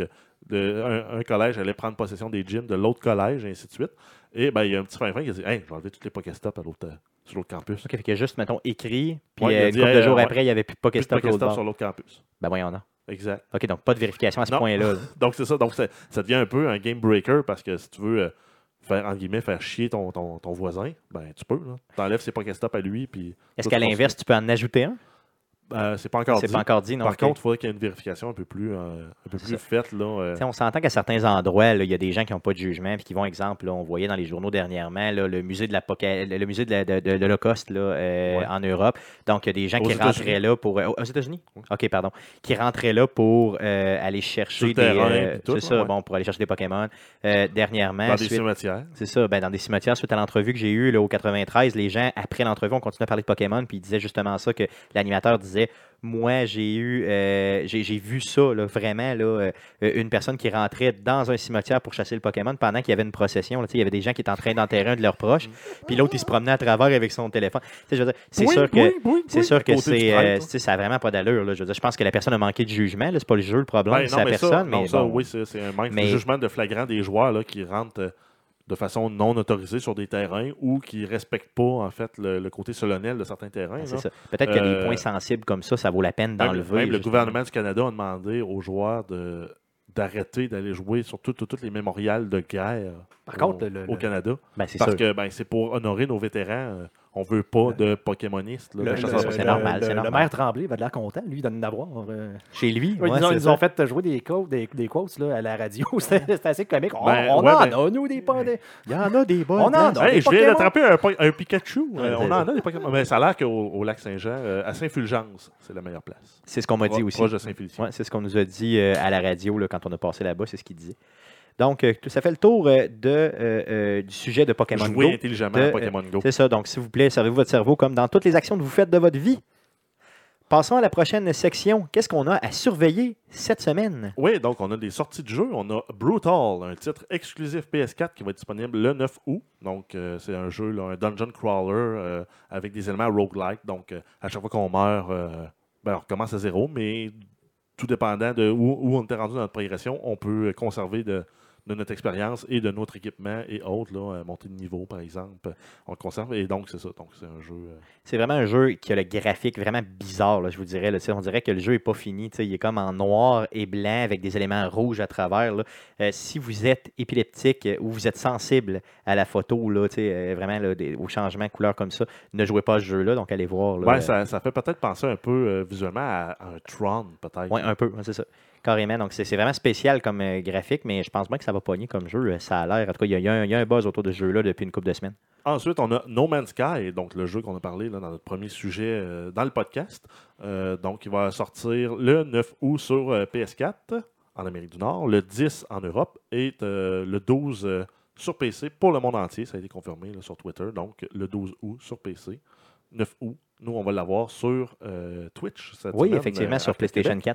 un collège allait prendre possession des gyms de l'autre collège, et ainsi de suite. Et il y a un petit fin qui a dit « Hey, je vais enlever tous les Pokéstops sur l'autre campus. » OK, fait que juste, mettons, écrit, puis une couple de jours après, il n'y avait plus de Pokéstops sur l'autre campus. Ben voyons donc. Exact. OK, donc pas de vérification à ce point-là. Donc, c'est ça. Donc, ça devient un peu un game breaker parce que si tu veux faire chier ton voisin, ben tu peux. Tu enlèves ses Pokéstops à lui. Puis est-ce qu'à l'inverse, tu peux en ajouter un? C'est pas encore dit. C'est pas encore dit, non. Par contre, il faudrait qu'il y ait une vérification un peu plus faite. Là, On s'entend qu'à certains endroits, il y a des gens qui n'ont pas de jugement puis qui vont, exemple, là, on voyait dans les journaux dernièrement là, le musée de l'Holocauste en Europe. Donc, il y a des gens qui rentraient là pour... aux États-Unis? Oui. OK, pardon. Qui rentraient là pour aller chercher pour aller chercher des Pokémon. Dernièrement... Dans des cimetières. C'est ça, dans des cimetières. Suite à l'entrevue que j'ai eue là, au 93, les gens, après l'entrevue, ont continué à parler de Pokémon puis ils disaient justement ça, que l'animateur disait... Moi, j'ai vu ça, là, vraiment, là, une personne qui rentrait dans un cimetière pour chasser le Pokémon pendant qu'il y avait une procession. Là, il y avait des gens qui étaient en train d'enterrer un de leurs proches, puis l'autre, il se promenait à travers avec son téléphone. Je veux dire, c'est sûr que ça n'a vraiment pas d'allure. Là, je pense que la personne a manqué de jugement. C'est pas le jeu le problème, c'est la personne. Oui, c'est un manque de jugement de flagrant des joueurs là, qui rentrent de façon non autorisée sur des terrains ou qui ne respectent pas en fait le côté solennel de certains terrains. C'est ça. Peut-être qu'il y a des points sensibles comme ça vaut la peine d'enlever. Même le gouvernement du Canada a demandé aux joueurs d'arrêter d'aller jouer sur tous les mémorials de guerre au Canada. C'est parce sûr. que c'est pour honorer nos vétérans. On ne veut pas de Pokémonistes. C'est normal. Le maire Tremblay va de l'air content, lui, d'en avoir. Chez lui, ils ont fait jouer des quotes là, à la radio. C'était assez comique. On en a, nous, des Pokémon. Il y en a des bonnes. On en a. Je viens d'attraper un Pikachu. On en a des Pokémon. Mais ça a l'air qu'au lac Saint-Jean, à Saint-Fulgence, c'est la meilleure place. C'est ce qu'on m'a dit aussi. Proche de Saint-Félicien. C'est ce qu'on nous a dit à la radio là, quand on a passé là-bas. C'est ce qu'il disait. Donc, ça fait le tour du sujet de Pokémon Go. Jouer intelligemment à Pokémon Go. C'est ça. Donc, s'il vous plaît, servez-vous votre cerveau comme dans toutes les actions que vous faites de votre vie. Passons à la prochaine section. Qu'est-ce qu'on a à surveiller cette semaine? Oui, donc on a des sorties de jeux. On a Brutal, un titre exclusif PS4 qui va être disponible le 9 août. Donc, c'est un jeu, là, un dungeon crawler avec des éléments roguelike. Donc, à chaque fois qu'on meurt, on recommence à zéro, mais tout dépendant de où on était rendu dans notre progression, on peut conserver de notre expérience et de notre équipement et autres, là, monter de niveau, par exemple. On le conserve et donc, c'est ça. Donc, c'est un jeu... C'est vraiment un jeu qui a le graphique vraiment bizarre, là, je vous dirais. Là, on dirait que le jeu n'est pas fini. Il est comme en noir et blanc avec des éléments rouges à travers. Là. Si vous êtes épileptique ou vous êtes sensible à la photo, là, vraiment là, aux changements de couleurs comme ça, ne jouez pas à ce jeu-là. Donc, allez voir. Là, ça fait peut-être penser un peu visuellement à un Tron, peut-être. Oui, un peu, c'est ça. Carrément. Donc, c'est vraiment spécial comme graphique, mais je pense bien que ça va pogner comme jeu. Ça a l'air. En tout cas, il y a un buzz autour de ce jeu-là depuis une couple de semaines. Ensuite, on a No Man's Sky, donc le jeu qu'on a parlé là, dans notre premier sujet dans le podcast. Donc, il va sortir le 9 août sur PS4 en Amérique du Nord, le 10 en Europe et le 12 sur PC pour le monde entier. Ça a été confirmé là, sur Twitter. Donc, le 12 août sur PC. 9 août, nous, on va l'avoir sur Twitch cette semaine. Oui, effectivement, sur PlayStation 4.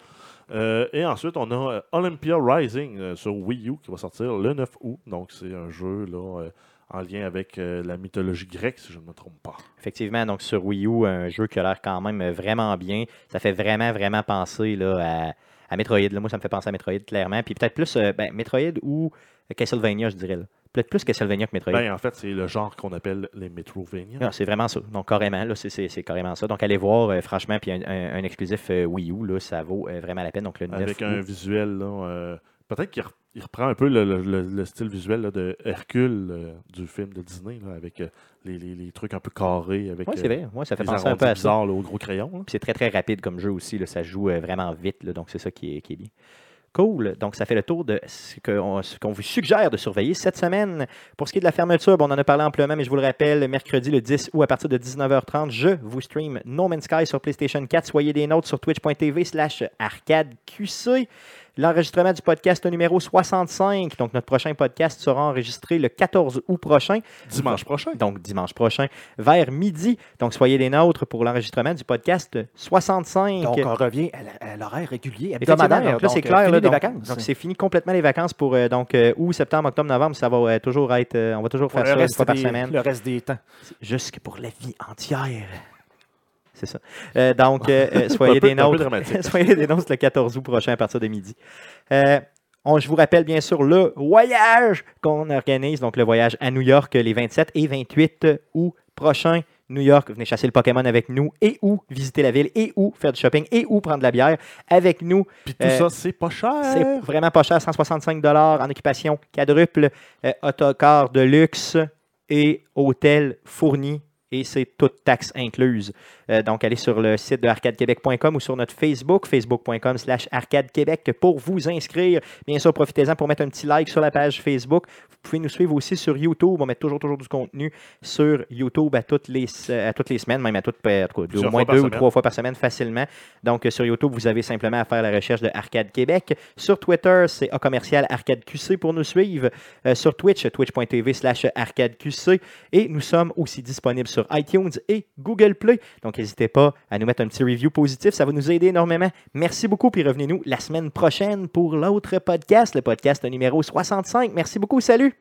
Et ensuite, on a Olympia Rising sur Wii U qui va sortir le 9 août. Donc, c'est un jeu là, en lien avec la mythologie grecque, si je ne me trompe pas. Effectivement, donc sur Wii U, un jeu qui a l'air quand même vraiment bien. Ça fait vraiment, vraiment penser là, à Metroid. Là, moi, ça me fait penser à Metroid, clairement. Puis peut-être plus Metroid ou Castlevania, je dirais. Là. Peut-être plus Castlevania que Metroid. En fait, c'est le genre qu'on appelle les Metrovania. Non, c'est vraiment ça. Donc, carrément, là, c'est carrément ça. Donc, allez voir, franchement, puis un exclusif Wii U, là, ça vaut vraiment la peine. Donc, le 9 avec un visuel, là, peut-être qu'il reprend un peu le style visuel là, de Hercule du film de Disney, là, avec les trucs un peu carrés. Oui, c'est vrai. Ouais, ça fait penser un peu à ça. Là, au gros crayon. Puis c'est très, très rapide comme jeu aussi. Là. Ça joue vraiment vite. Là, donc, c'est ça qui est bien. Cool. Donc, ça fait le tour de ce qu'on vous suggère de surveiller cette semaine. Pour ce qui est de la fermeture, on en a parlé amplement, mais je vous le rappelle, mercredi le 10 août à partir de 19h30, je vous stream No Man's Sky sur PlayStation 4. Soyez des nôtres sur twitch.tv/arcadeqc. L'enregistrement du podcast numéro 65. Donc, notre prochain podcast sera enregistré le 14 août prochain. Dimanche prochain. Donc, dimanche prochain, vers midi. Donc, soyez des nôtres pour l'enregistrement du podcast 65. Donc, on revient à l'horaire régulier, hebdomadaire. Donc, là, c'est clair. Fini les vacances. Donc, c'est fini complètement les vacances pour août, septembre, octobre, novembre. Ça va toujours être... on va toujours faire ça une fois par semaine. Le reste des temps. Jusque pour la vie entière. C'est ça. Donc, soyez des nôtres. Soyez des nôtres le 14 août prochain à partir de midi. Je vous rappelle bien sûr le voyage qu'on organise, donc le voyage à New York les 27 et 28 août prochains. New York, venez chasser le Pokémon avec nous et ou visiter la ville et ou faire du shopping et ou prendre de la bière avec nous. Puis tout ça, c'est pas cher. C'est vraiment pas cher, 165 $ en occupation quadruple, autocar de luxe et hôtel fourni et c'est toute taxe incluse. Donc, allez sur le site de arcadequebec.com ou sur notre Facebook, facebook.com/arcadequebec pour vous inscrire. Bien sûr, profitez-en pour mettre un petit like sur la page Facebook. Vous pouvez nous suivre aussi sur YouTube. On met toujours du contenu sur YouTube à toutes les semaines, même au moins 2 ou 3 fois par semaine facilement. Donc, sur YouTube, vous avez simplement à faire la recherche de Arcade Québec. Sur Twitter, c'est @ArcadeQC pour nous suivre. Sur Twitch, twitch.tv/ArcadeQC. Et nous sommes aussi disponibles sur iTunes et Google Play. Donc, n'hésitez pas à nous mettre un petit review positif. Ça va nous aider énormément. Merci beaucoup. Puis revenez-nous la semaine prochaine pour l'autre podcast, le podcast numéro 65. Merci beaucoup. Salut!